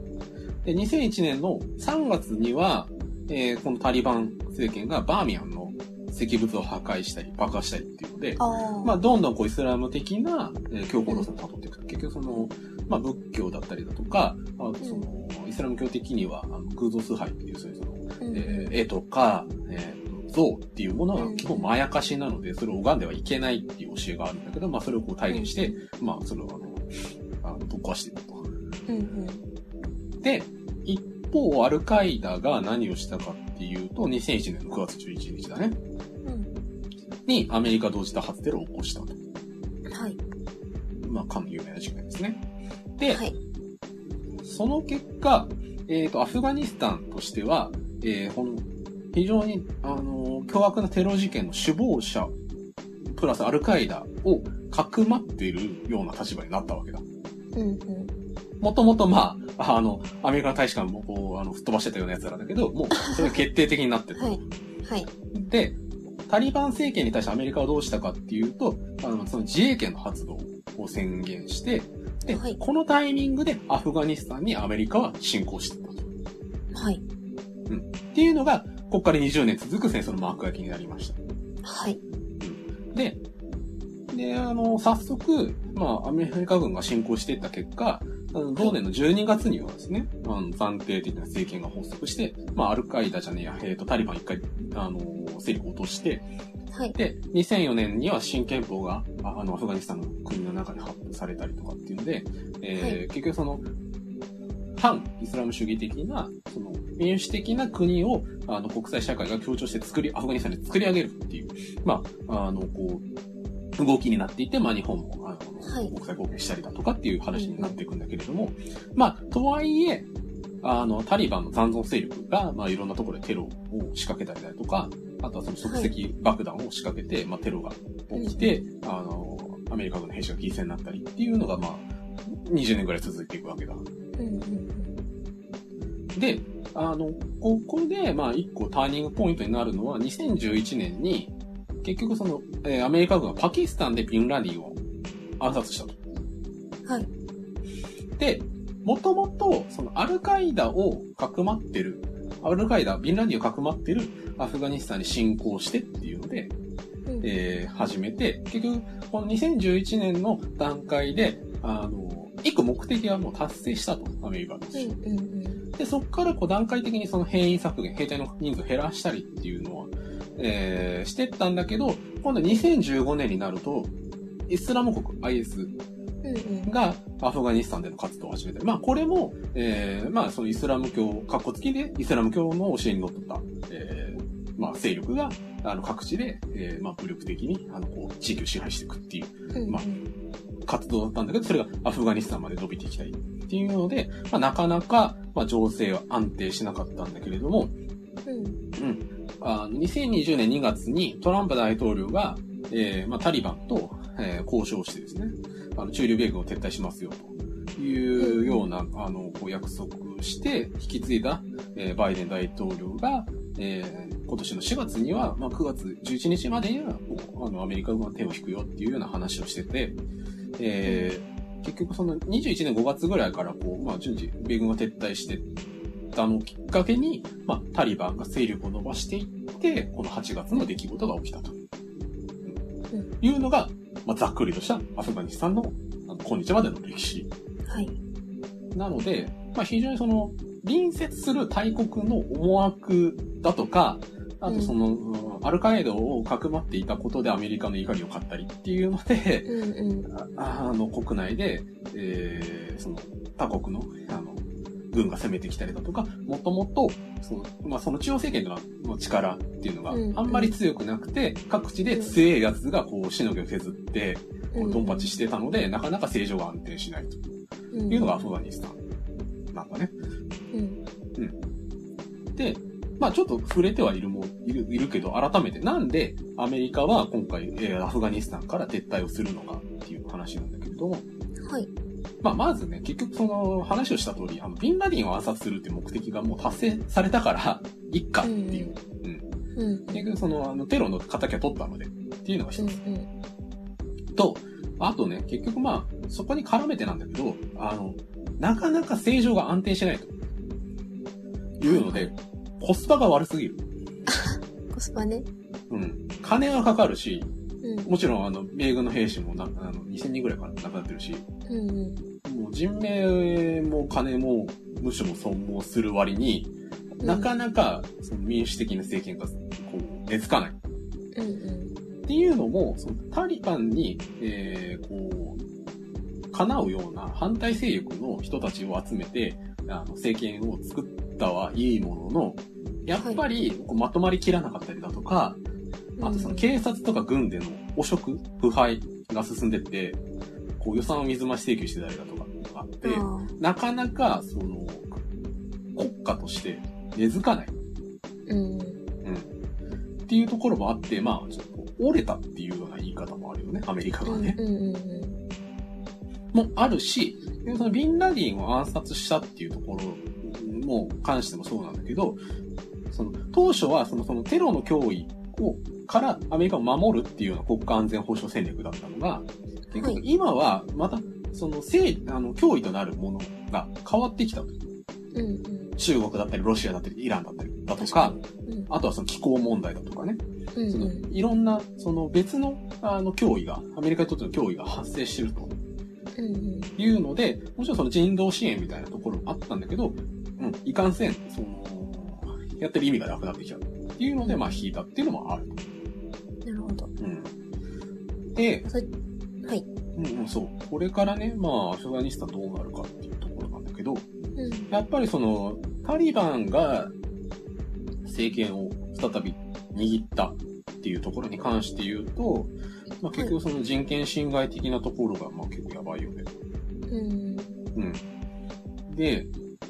で、2001年の3月には、このタリバン政権がバーミヤンの石仏を破壊したり爆破したりっていうので、まあどんどんイスラム的な強硬路線を辿っていく。結局まあ仏教だったりだとか、あとイスラム教的には偶像崇拝っていうそういう絵とか、像っていうものは基本まやかしなので、それを拝んではいけないっていう教えがあるんだけど、まあそれを体現して、まあそれをぶっ壊していくと。で、一方、アルカイダが何をしたかっていうと、2001年の9月11日だね。に、アメリカ同時多発テロを起こしたと。 はい。 まあ、かの有名な事件ですね。で、その結果、アフガニスタンとしては、この、非常に、凶悪なテロ事件の首謀者、プラスアルカイダをかくまっているような立場になったわけだ。もともと、まあ、アメリカの大使館も吹っ飛ばしてたようなやつらだけど、もう、それが決定的になってる。はい。で、タリバン政権に対してアメリカはどうしたかっていうと、その自衛権の発動を宣言して、で、このタイミングでアフガニスタンにアメリカは侵攻していたと。 はい。 っていうのが、ここから20年続く戦争の幕開きになりました。 はい。 で、早速、まあ、アメリカ軍が侵攻していった結果、同年の12月にはですね、暫定的な政権が発足して、まあ、アルカイダじゃねえや、タリバン一回、勢力を落として、で、2004年には新憲法が、アフガニスタンの国の中で発布されたりとかっていうので、結局反イスラム主義的な、民主的な国を、国際社会が協調してアフガニスタンで作り上げるっていう、まあ、動きになっていて、まあ日本も、国際貢献したりだとかっていう話になっていくんだけれども、まあ、とはいえ、タリバンの残存勢力が、まあいろんなところでテロを仕掛けたりだとか、あとは即席爆弾を仕掛けて、まあテロが起きて、アメリカ軍の兵士が犠牲になったりっていうのが、まあ、20年ぐらい続いていくわけだ。で、ここで、まあ一個ターニングポイントになるのは、2011年に、結局アメリカ軍はパキスタンでビンラディンを暗殺したと。 はい。 で、もともと、アルカイダをかくまってる、ビンラディンをかくまってるアフガニスタンに侵攻してっていうので、 始めて、結局、この2011年の段階で、一個目的はもう達成したと、アメリカとして。で、そこからこう段階的にその兵員削減、兵隊の人数を減らしたりっていうのは、してったんだけど、今度2015年になると、イスラム国 IS がアフガニスタンでの活動を始めて、まあこれも、まあそのイスラム教、カッコ付きでイスラム教の教えにのっとった、まあ勢力が、各地で、まあ武力的に、こう、地域を支配していくっていう、まあ、活動だったんだけど、それがアフガニスタンまで伸びていきたいっていうので、まあなかなか、まあ情勢は安定しなかったんだけれども、2020年2月にトランプ大統領が、まあタリバンと、交渉してですね、駐留米軍を撤退しますよというような、こう約束して引き継いだ、バイデン大統領が、今年の4月には、まあ、9月11日までには、アメリカ軍は手を引くよっていうような話をしてて、結局その21年5月ぐらいからこう、まあ、順次米軍が撤退してたのをきっかけに、まあ、タリバンが勢力を伸ばしていって、この8月の出来事が起きたと。いうのが、まあ、ざっくりとしたアフガニスタンの今日までの歴史。 はい。 なので、まあ、非常にその、隣接する大国の思惑だとか、あとその、アルカイダをかくまっていたことでアメリカの怒りを買ったりっていうので、国内で、その他国の、軍が攻めてきたりだとか、もともと、まあ、その中央政権の力っていうのがあんまり強くなくて、各地で強いやつがこう、しのぎを削って、ドンパチしてたので、なかなか政情が安定しないというのがアフガニスタンなんだね。で、まあちょっと触れてはいるけど、改めてなんでアメリカは今回、アフガニスタンから撤退をするのかっていう話なんだけれども。 はい。 まあまずね、結局その話をした通り、ビンラディンを暗殺するっていう目的がもう達成されたから、いっかっていう。結局その、テロの仇は取ったので、っていうのが一つ。と、あとね、結局まあ、そこに絡めてなんだけど、なかなか政情が安定しないというので、コスパが悪すぎる。 コスパね。 金はかかるし、もちろん米軍の兵士も2000人ぐらいから亡くなってるし、もう人命も金もむしろ損耗する割に、なかなかその民主的な政権がこう根付かない。っていうのも、そのタリバンに、こう、叶うような反対勢力の人たちを集めて、政権を作ったはいいものの、やっぱりこうまとまりきらなかったりだとか、あとその警察とか軍での汚職、腐敗が進んでって、こう予算を水増し請求してたりだとかあって、なかなかその国家として根付かない。っていうところもあって、まあちょっと折れたっていうような言い方もあるよね、アメリカがね。もあるし、そのビンラディンを暗殺したっていうところも関してもそうなんだけど、その当初はそのテロの脅威からアメリカを守るっていうような国家安全保障戦略だったのが、結局今はまたその脅威となるものが変わってきたと。中国だったりロシアだったりイランだったりだとか、あとはその気候問題だとかね、そのいろんなその別の脅威がアメリカにとっての脅威が発生しているというので、もちろんその人道支援みたいなところもあったんだけど、いかんせんそのやってる意味がなくなってきちゃうっていうので、まあ引いたっていうのもあると。 なるほど。 で、 はい。 そう。これからね、まあアフガニスタンどうなるかっていうところなんだけど、やっぱりそのタリバンが政権を再び握ったっていうところに関して言うと、まあ、結局その人権侵害的なところがまあ結構やばいよね。で、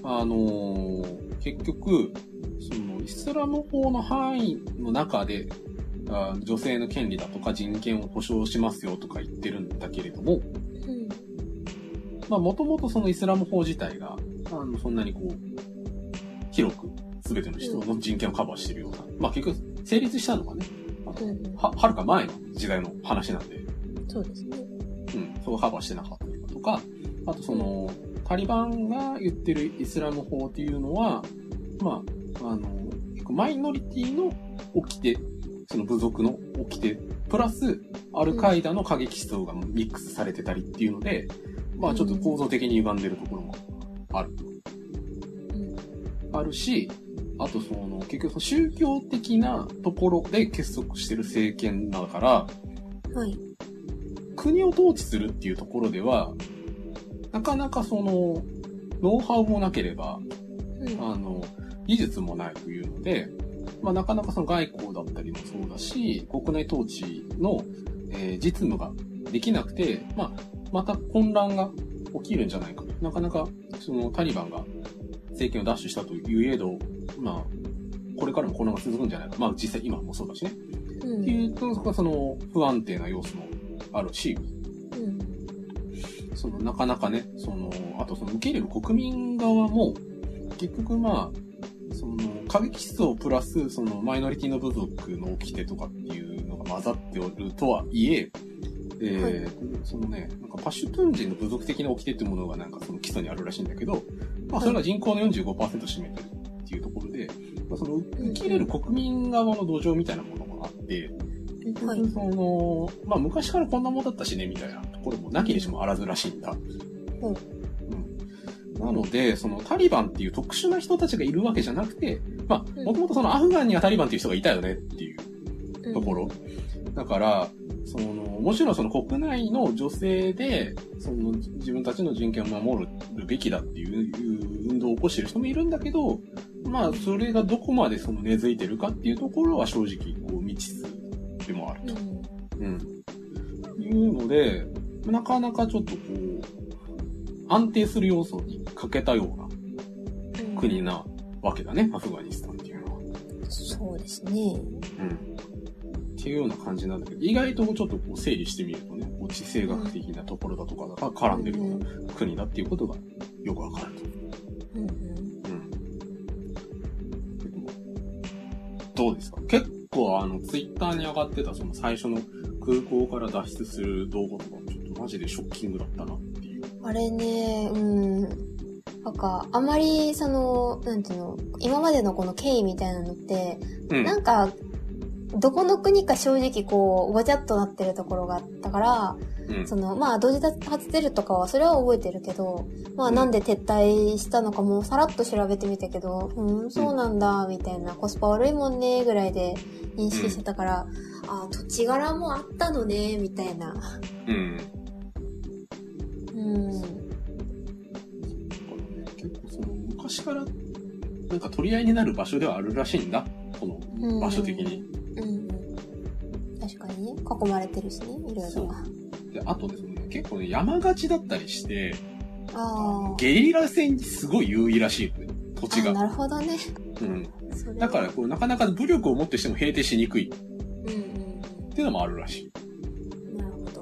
結局そのイスラム法の範囲の中で女性の権利だとか人権を保障しますよとか言ってるんだけれども、まあもともとそのイスラム法自体がそんなにこう広く全ての人の人権をカバーしているような、まあ結局成立したのがね、はるか前の時代の話なんで、 そうですね。 そうカバーしてなかったりだとか、あとそのタリバンが言ってるイスラム法っていうのは、まあ結構マイノリティの掟その部族の掟、プラス、アルカイダの過激思想がミックスされてたりっていうので、まあちょっと構造的に歪んでるところもある。あるし、あとその、結局その宗教的なところで結束してる政権だから、 はい。 国を統治するっていうところでは、なかなかその、ノウハウもなければ、技術もないというので、まあなかなかその外交だったりもそうだし、国内統治の、実務ができなくて、まあ、また混乱が起きるんじゃないかと。なかなか、そのタリバンが政権を奪取したといえど、まあ、これからも混乱が続くんじゃないか。まあ実際今もそうだしね。っていうと、そこはその不安定な要素もあるし、そのなかなかね、その、あとその受け入れる国民側も、結局まあ、その過激思想プラスそのマイノリティの部族の掟とかっていうのが混ざっておるとはいえ、はい、そのね、なんかパシュトゥン人の部族的な掟っていうものがなんかその基礎にあるらしいんだけど、まあそれが人口の 45% 占めてるっていうところで、まあ、その受け入れる国民側の土壌みたいなものがあって、結局その、まあ昔からこんなもんだったしねみたいなところもなきにしもあらずらしいんだ。なので、そのタリバンっていう特殊な人たちがいるわけじゃなくて、まあ、もともとそのアフガンにはタリバンっていう人がいたよねっていうところ。だから、その、もちろんその国内の女性で、その自分たちの人権を守るべきだっていう運動を起こしてる人もいるんだけど、まあ、それがどこまでその根付いてるかっていうところは正直、こう、未知数でもあると。いうので、なかなかちょっとこう、安定する要素に欠けたような国なわけだね、アフガニスタンっていうのは。 そうですね。 っていうような感じなんだけど、意外とちょっとこう整理してみるとね、地政学的なところだとかが絡んでるような国だっていうことがよくわかると。どうですか？結構ツイッターに上がってたその最初の空港から脱出する動画とか、ちょっとマジでショッキングだったなっていう。 あれね、なんか、あまり、その、なんていうの、今までのこの経緯みたいなのって、なんか、どこの国か正直こう、ごちゃっとなってるところがあったから、その、まあ、同時多発テロとかは、それは覚えてるけど、まあ、なんで撤退したのかもさらっと調べてみたけど、そうなんだ、みたいな、コスパ悪いもんね、ぐらいで認識してたから、土地柄もあったのね、みたいな。 結構その昔からなんか取り合いになる場所ではあるらしいんだ、この場所的に。 確かにね、囲まれてるしね、いろいろ。 で、あとですね、結構ね、山がちだったりして、ゲリラ戦にすごい優位らしいよね、土地が。 なるほどね。 だからこう、なかなか武力をもってしても平定しにくい。っていうのもあるらしい。 なるほど。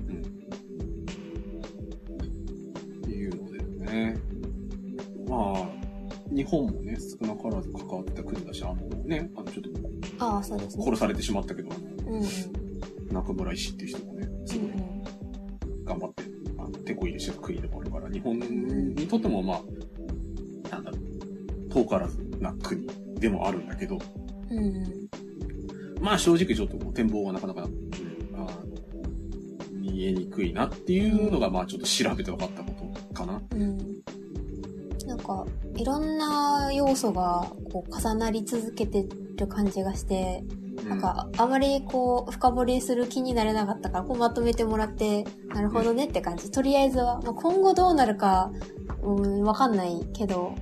っていうのでね。まあ、日本もね、少なからず関わってた国だし、ちょっと、 そうですね。 殺されてしまったけど、中村石っていう人もね、すごい、頑張って、手こ入れしてた国でもあるから、日本にとっても、まあ、なんだろう、遠からずな国でもあるんだけど、まあ正直ちょっと展望がなかなか、見えにくいなっていうのが、まあちょっと調べて分かったことかな。 なんか、いろんな要素がこう重なり続けてる感じがして、なんか、あまりこう、深掘りする気になれなかったから、こうまとめてもらって、なるほどねって感じ。とりあえずは、まあ、今後どうなるか、わかんないけど、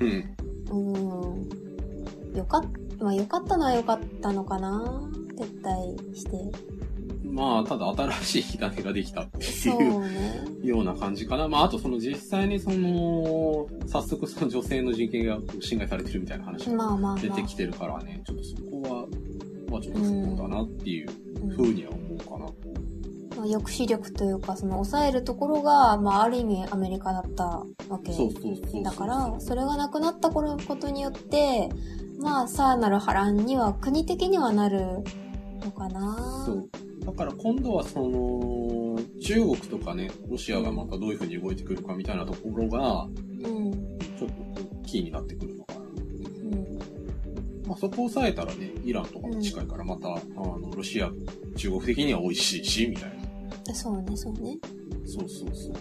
よかったのはよかったのかな、撤退して。まあ、ただ新しい火種ができたっていうような感じかな。まあ、あとその実際にその、早速その女性の人権が侵害されてるみたいな話が出てきてるからね、ちょっとそこは、まあちょっと不幸だなっていう風には思うかな。 抑止力というか、その抑えるところが、まあある意味アメリカだったわけだから、それがなくなったことによって、まあさらなる波乱には国的にはなるのかな。 そう。だから今度はその、中国とかね、ロシアがまたどういう風に動いてくるかみたいなところが、ちょっとこうキーになってくるのかな。 まあ、そこを抑えたらね、イランとかも近いから、また、ロシア、中国的には美味しいし、みたいな。 そうね、そうね。 そうそうそう。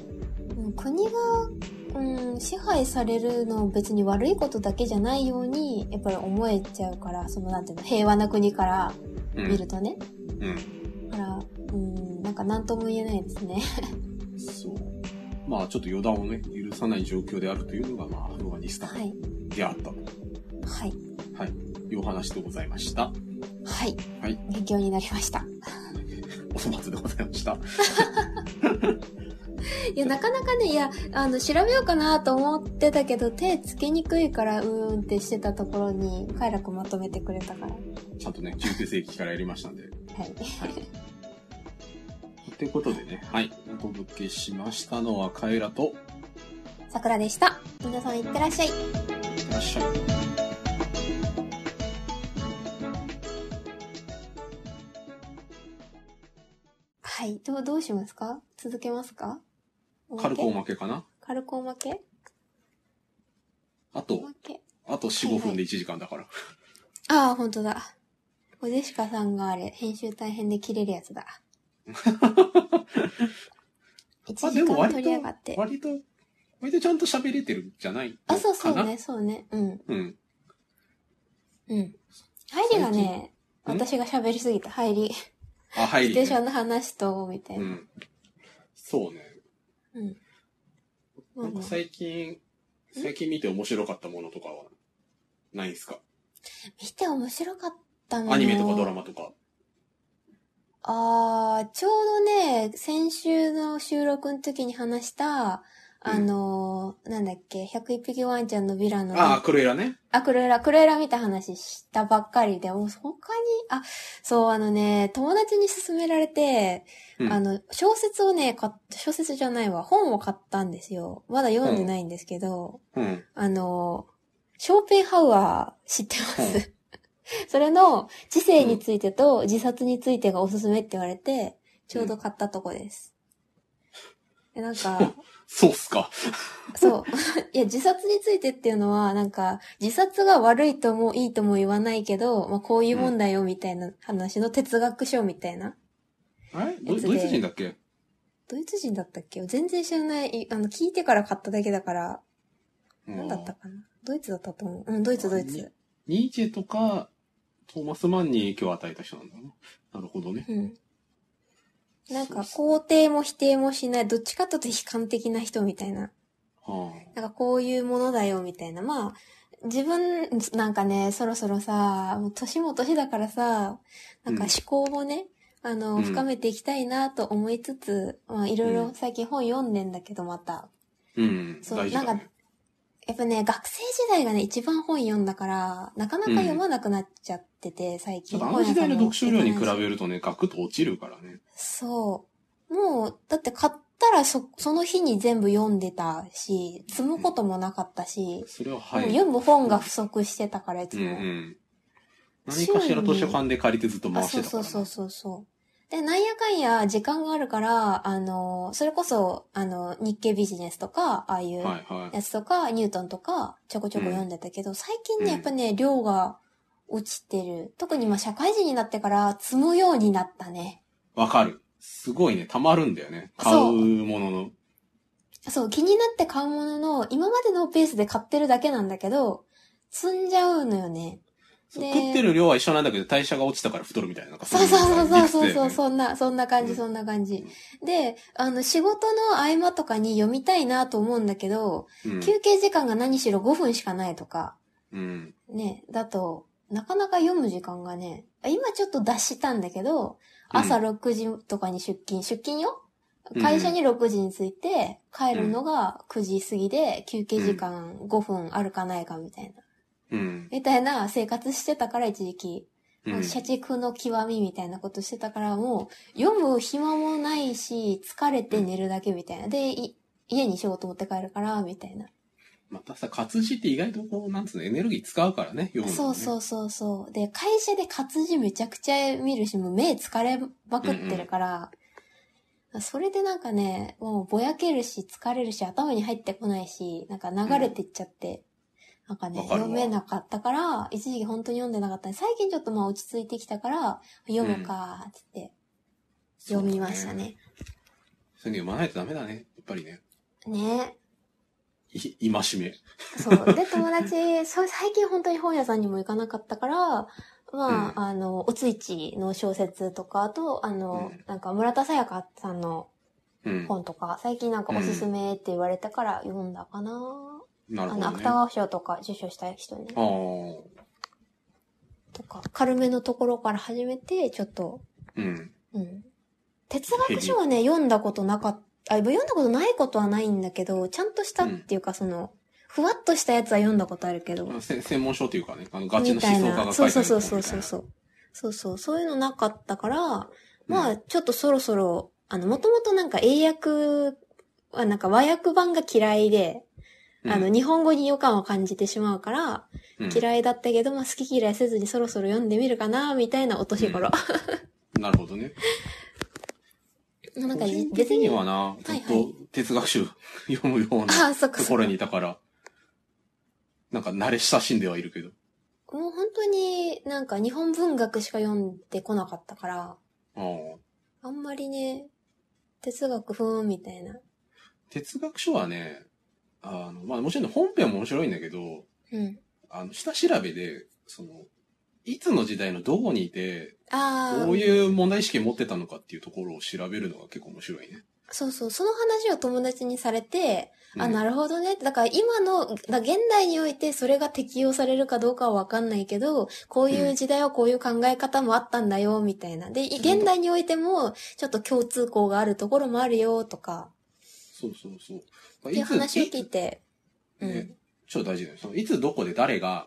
国が、支配されるの別に悪いことだけじゃないように、やっぱり思えちゃうから、なんていうの、平和な国から見るとね。だから、なんか何とも言えないですね。 そう。まあ、ちょっと予断をね、許さない状況であるというのが、まあ、アフガニスタンであったと。 はい。 はい。いうお話でございました。 はい。 はい。 勉強になりました。 お粗末でございました。 いや、なかなかね、いや、調べようかなと思ってたけど、手つけにくいから、ってしてたところに、快楽まとめてくれたから。 ちゃんとね、19世紀からやりましたんで。はい。はい。ということでね、はい。お届けしましたのは、カエラと、 さくらでした。皆さんいってらっしゃい。いってらっしゃい。 はい。どうしますか？続けますか？ 軽くおまけかな？ 軽くおまけ？ あと4、5分で1時間だから。 ああ、ほんとだ。おジェシカさんがあれ、編集大変で切れるやつだ。1時間取り上がって。 割とちゃんと喋れてるじゃないかな。 そうね。入りがね、私が喋りすぎた、入り。 入り、 ステーションの話と、みたいな。 そうね。なんか最近見て面白かったものとかはないんすか？ 見て面白かったもの。 アニメとかドラマとか。 ちょうどね、先週の収録の時に話した、なんだっけ、101匹ワンちゃんのヴィランの。 クルエラね。 クルエラ見た話したばっかりで、他に、友達に勧められて、小説をね、小説じゃないわ、本を買ったんですよ。まだ読んでないんですけど、ショーペンハウアー知ってます？それの知性についてと自殺についてがおすすめって言われて、ちょうど買ったとこです。なんか、 そうっすか。 そう。いや、自殺についてっていうのは、なんか、自殺が悪いともいいとも言わないけど、まあ、こういうもんだよみたいな話の哲学書みたいな。 ドイツ人だっけ？ ドイツ人だったっけ？全然知らない。聞いてから買っただけだから。何だったかな？ドイツだったと思う。ドイツ。 ニーチェとか、トーマス・マンに影響を与えた人なんだな。なるほどね。 なんか、肯定も否定もしない、どっちかというと悲観的な人みたいな。なんか、こういうものだよ、みたいな。まあ、自分、なんかね、そろそろさ、もう年も年だからさ、なんか思考をね、深めていきたいなと思いつつ、まあ、いろいろ最近本読んでんだけど、また。 そう、 なんか、やっぱね、学生時代がね、一番本読んだから、なかなか読まなくなっちゃってて、最近。 時代の読書量に比べるとね、ガクッと落ちるからね。 そう。もう、だって買ったらその日に全部読んでたし、積むこともなかったし、 それはもう読む本が不足してたから、いつも。 何かしら図書館で借りてずっと回してたから。 そう。で、なんやかんや時間があるから、それこそ、日経ビジネスとか、ああいうやつとか、ニュートンとか、ちょこちょこ読んでたけど、最近ね、やっぱね、量が落ちてる。特に社会人になってから積むようになったね。 わかる。すごいね、溜まるんだよね。買うものの。 そう、気になって買うものの、今までのペースで買ってるだけなんだけど、積んじゃうのよね。 食ってる量は一緒なんだけど、代謝が落ちたから太るみたいな。 そう、そんな感じ。で、仕事の合間とかに読みたいなと思うんだけど、休憩時間が何しろ5分しかないとか、ね、だと、なかなか読む時間がね、今ちょっと脱したんだけど、朝6時とかに出勤よ？会社に6時に着いて、帰るのが9時過ぎで、休憩時間5分あるかないかみたいな。みたいな生活してたから、一時期。社畜の極みみたいなことしてたから、もう、読む暇もないし、疲れて寝るだけみたいな。で、家に仕事持って帰るから、みたいな。 またさ、活字って意外とこう、なんつうの、エネルギー使うからね、読むのね。 そう。で、会社で活字めちゃくちゃ見るし、もう目疲れまくってるから、それでなんかね、もうぼやけるし、疲れるし、頭に入ってこないし、なんか流れていっちゃって、 なんかね、 わかるわ読めなかったから、一時期本当に読んでなかったんで、最近ちょっとまあ落ち着いてきたから、読むかーって言って、読みましたね。 そういうの読まないとダメだね。やっぱりね。 ね。 戒め。 そう。で、友達、最近本当に本屋さんにも行かなかったから、まあ、おついちの小説とか、あと、なんか村田沙耶香さんの本とか、最近なんかおすすめって言われたから読んだかな。 なるほど、ね。 芥川賞とか受賞した人ね。 ああ。 とか、軽めのところから始めて、ちょっと。うん。哲学書はね、読んだことなかった。読んだことないことはないんだけど、ちゃんとしたっていうか、ふわっとしたやつは読んだことあるけど。 専門書っていうかね、ガチの思想家が書いてあるそう。そういうのなかったから、まあ、ちょっとそろそろ、もともとなんか英訳はなんか和訳版が嫌いで、日本語に違和感を感じてしまうから、嫌いだったけど、まあ好き嫌いせずにそろそろ読んでみるかな、みたいなお年頃。 なるほどね。なんか別にはな、ずっと哲学書読むようなところにいたから、なんか慣れ親しんではいるけど。 もう本当になんか日本文学しか読んでこなかったから、あんまりね、哲学みたいな。 哲学書はね、まあもちろん本編も面白いんだけど、下調べで、いつの時代のどこにいて、どういう問題意識を持ってたのかっていうところを調べるのが結構面白いね。 そうそう、その話を友達にされて、なるほどね。だから今の、現代においてそれが適用されるかどうかはわかんないけど、こういう時代はこういう考え方もあったんだよ、みたいな。で、現代においても、ちょっと共通項があるところもあるよ、とか。 そう。 っていう話を聞いて。 超大事だよ。いつどこで誰が、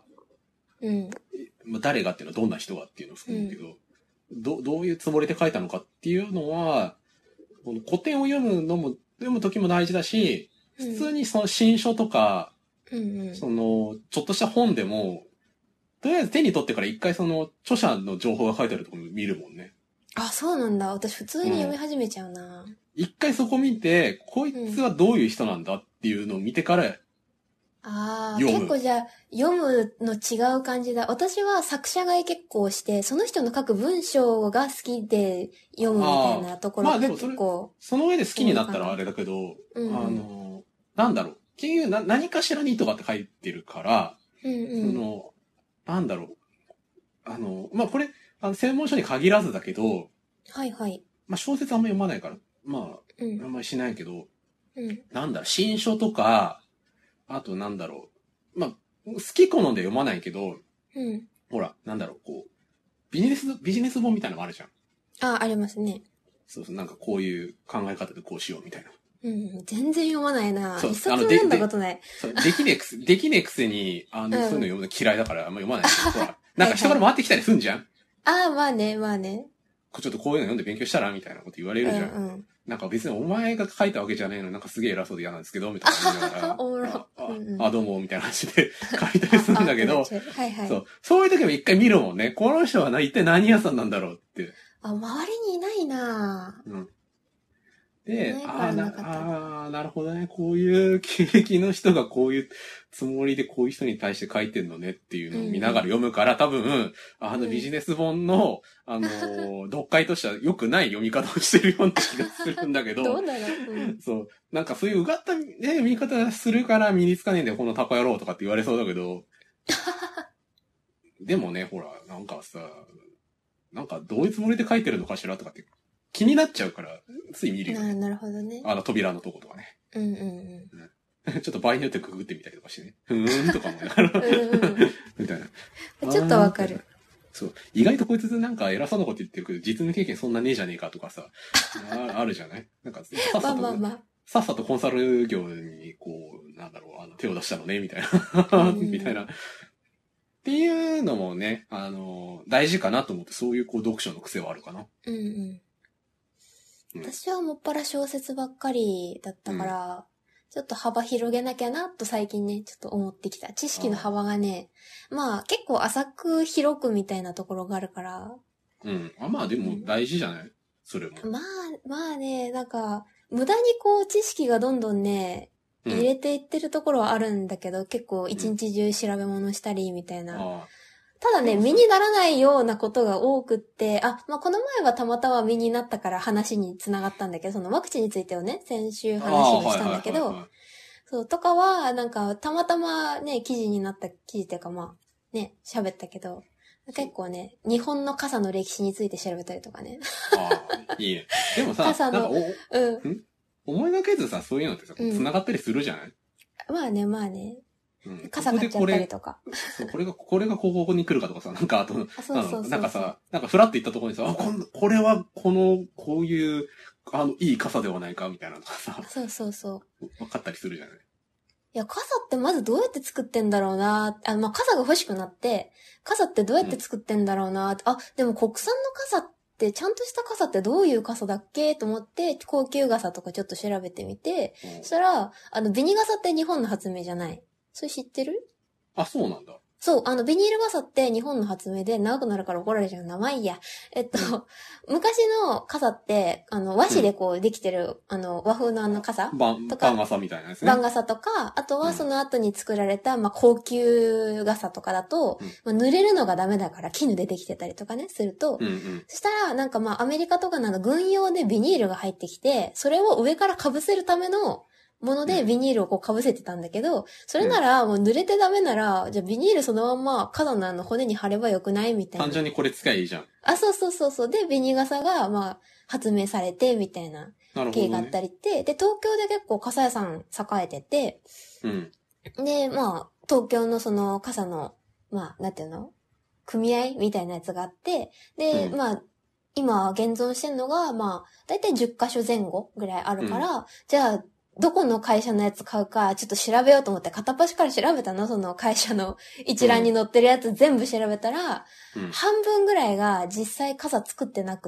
誰がっていうのはどんな人がっていうのを含むけど、どういうつもりで書いたのかっていうのは、この古典を読む時も大事だし、普通にその新書とか、ちょっとした本でも、とりあえず手に取ってから一回著者の情報が書いてあるところ見るもんね。 あ、そうなんだ。私普通に読み始めちゃうな。 一回そこ見て、こいつはどういう人なんだっていうのを見てから、 結構じゃあ、読むの違う感じだ。私は作者買い結構して、その人の書く文章が好きで読むみたいなところが結構。 その上で好きになったらあれだけど、なんだろう。結局何かしらにとかって書いてるから、なんだろう。まあこれ、専門書に限らずだけど、まあ小説あんま読まないから、まあ、あんまりしないけど、なんだ、新書とか、あとなんだろう。まあ、好き好んで読まないけど、ほら、なんだろう、ビジネス本みたいなのもあるじゃん。 ありますね。 そう、なんかこういう考え方でこうしようみたいな。 全然読まないな。一冊も読んだことない。 できねえくせに、そういうの読むの嫌いだからあんま読まないけど、ほら、なんか人から回ってきたりすんじゃん。 まあね。 ちょっとこういうの読んで勉強したらみたいなこと言われるじゃん。なんか別にお前が書いたわけじゃないの、なんかすげえ偉そうで嫌なんですけど、みたいな言いながら。 おもろ。 どうも、みたいな話で書いたりするんだけど、そういう時も一回見るもんね。この人は一体何屋さんなんだろうって。 周りにいないなぁ。 で、なるほどね。こういう経歴の人がこういうつもりでこういう人に対して書いてんのねっていうのを見ながら読むから、多分、ビジネス本の、読解としては良くない読み方をしてるような気がするんだけど、 どうだろう、 そう。なんかそういううがった読み方するから身につかねえんだよ、このタコ野郎とかって言われそうだけど、でもね、ほら、なんかさ、なんかどういうつもりで書いてるのかしらとかって気になっちゃうから、つい見るよね。 なるほどね。 扉のとことかね。ちょっと場合によってくぐってみたりとかしてね。とかもね。みたいな。 ちょっとわかる。 そう。意外とこいつなんか偉そうなこと言ってるけど、実務経験そんなねえじゃねえかとかさ、あるじゃないなんか、さっさとコンサル業に、なんだろう、手を出したのね、みたいな。みたいな。っていうのもね、大事かなと思って、そういう読書の癖はあるかな。 私はもっぱら小説ばっかりだったから、ちょっと幅広げなきゃなと最近ね、ちょっと思ってきた。知識の幅がね、まあ結構浅く広くみたいなところがあるから。 まあでも大事じゃない、それも。 まあね、なんか、無駄に知識がどんどんね、 入れていってるところはあるんだけど、結構一日中調べ物したりみたいな。ただね、身にならないようなことが多くって、まあ、この前はたまたま身になったから話に繋がったんだけど、そのワクチンについてをね、先週話をしたんだけど、そう、とかは、なんか、たまたまね、記事になった記事っていうかまあ、ね、喋ったけど、結構ね、日本の傘の歴史について調べたりとかね。 いいね。でもさ、 傘の、 思いがけずさ、そういうのってさ、繋がったりするじゃない？ まあね。傘買っちゃったりとか。 そう、これがここに来るかとかさ、なんかあと、 そうなんかさ、なんかフラッと行ったところにさ、これは、こういう、いい傘ではないかみたいなのがさ、 そう。 分かったりするじゃない？ いや、傘ってまずどうやって作ってんだろうなまあ、傘が欲しくなって、傘ってどうやって作ってんだろうなでも国産の傘って、ちゃんとした傘ってどういう傘だっけと思って、高級傘とかちょっと調べてみて、そしたら、ビニ傘って日本の発明じゃない。それ知ってる？ そうなんだ。 そう、ビニール傘って日本の発明で長くなるから怒られちゃう。名前いいや。昔の傘って、和紙でこうできてる、和風の傘とか。 番傘みたいなやつね。 番傘とか、あとはその後に作られた、まあ、高級傘とかだと、まあ、濡れるのがダメだから絹でできてたりとかね、すると、そしたら、なんかまあ、アメリカとか軍用でビニールが入ってきて、それを上から被せるための、ものでビニールをこう被せてたんだけど、それならもう濡れてダメなら、じゃあビニールそのまんま傘の骨に貼ればよくないみたいな。 単純にこれ使えばいいじゃん。 そう。で、ビニ傘がまあ発明されてみたいな経緯があったりって、で、東京で結構傘屋さん栄えてて、で、まあ、東京のその傘の、まあ、なんていうの？組合みたいなやつがあって、で、まあ、今現存してんのが、まあ、だいたい10カ所前後ぐらいあるから、じゃあ、どこの会社のやつ買うか、ちょっと調べようと思って片っ端から調べたの。その会社の一覧に載ってるやつ全部調べたら、半分ぐらいが実際傘作ってなくって、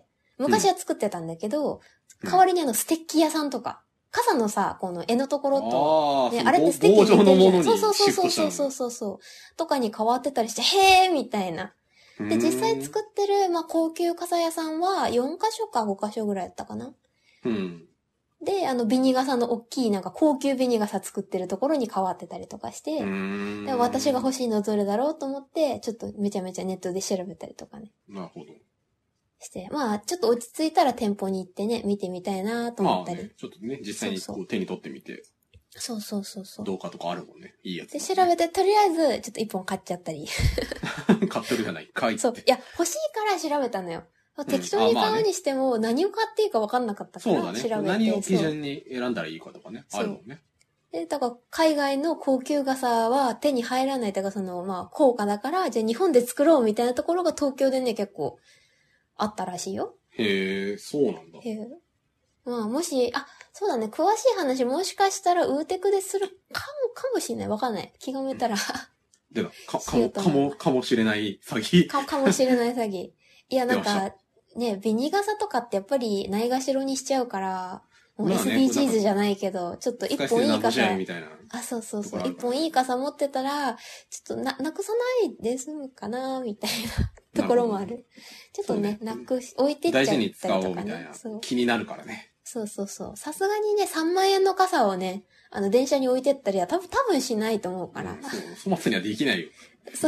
昔は作ってたんだけど、代わりにステッキ屋さんとか、傘のさ、この絵のところと、ね、あれってステッキに似てるじゃん。そう。とかに変わってたりして、へーみたいな。で、実際作ってる、まあ、高級傘屋さんは4カ所か5カ所ぐらいだったかな。で、ビニ傘の大きいなんか高級ビニ傘作ってるところに変わってたりとかして、で私が欲しいのどれだろうと思って、ちょっとめちゃめちゃネットで調べたりとかね。 なるほど。 して、まあ、ちょっと落ち着いたら店舗に行ってね、見てみたいなと思ったり。 まあね、ちょっとね、実際にこう手に取ってみて。 そう。 どうかとかあるもんね。いいやつ、 で、調べて、とりあえず、ちょっと一本買っちゃったり。 買ってるじゃない。買いって。 そう。いや、欲しいから調べたのよ。適当に買うにしても何を買っていいか分かんなかったから調べて。 そうだね。何を基準に選んだらいいかとかね。あるもんね。 で、だから海外の高級傘は手に入らないとか、その、まあ、高価だから、じゃあ日本で作ろうみたいなところが東京でね、結構あったらしいよ。 へえ、そうなんだ。 まあ、もし、そうだね、詳しい話もしかしたらウーテクでするかもしれない。わかんない。気が向いたら。 でかもしれない詐欺。 かもしれない詐欺。いや、なんか、ね、ビニ傘とかってやっぱりないがしろにしちゃうから、もう SDGs じゃないけど、ちょっと一本いい傘。そう。一本いい傘持ってたら、ちょっとなくさないで済むかな、みたいなところもある。ちょっとね、置いてっちゃったりとかね。 大事に使おうみたいな。気になるからね。 そう。さすがにね、3万円の傘をね、電車に置いてったりは多分しないと思うから。 粗末にはできないよ。 そう。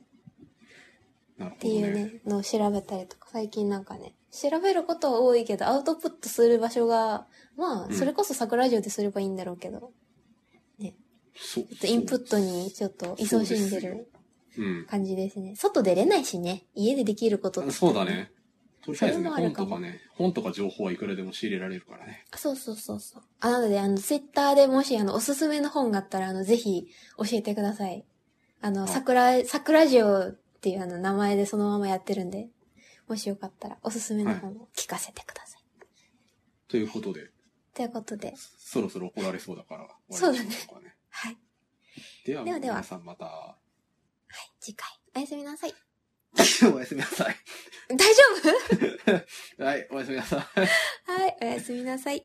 っていうね、のを調べたりとか、最近なんかね、調べることは多いけど、アウトプットする場所が、まあ、それこそ桜城ですればいいんだろうけど、ね。ちょっとインプットにちょっと勤しんでる感じですね。外出れないしね、家でできることって、 そうだね。とりあえずね、本とか情報はいくらでも仕入れられるからね。 そう。なので、ツイッターでもし、おすすめの本があったら、ぜひ、教えてください。桜城っていう名前でそのままやってるんで、もしよかったら、おすすめの本を聞かせてください。 ということで。 そろそろ怒られそうだから。 そうだね。はい。 では、皆さんまた。 はい、次回。おやすみなさい。 おやすみなさい。 大丈夫？ はい、おやすみなさい。 はい、おやすみなさい。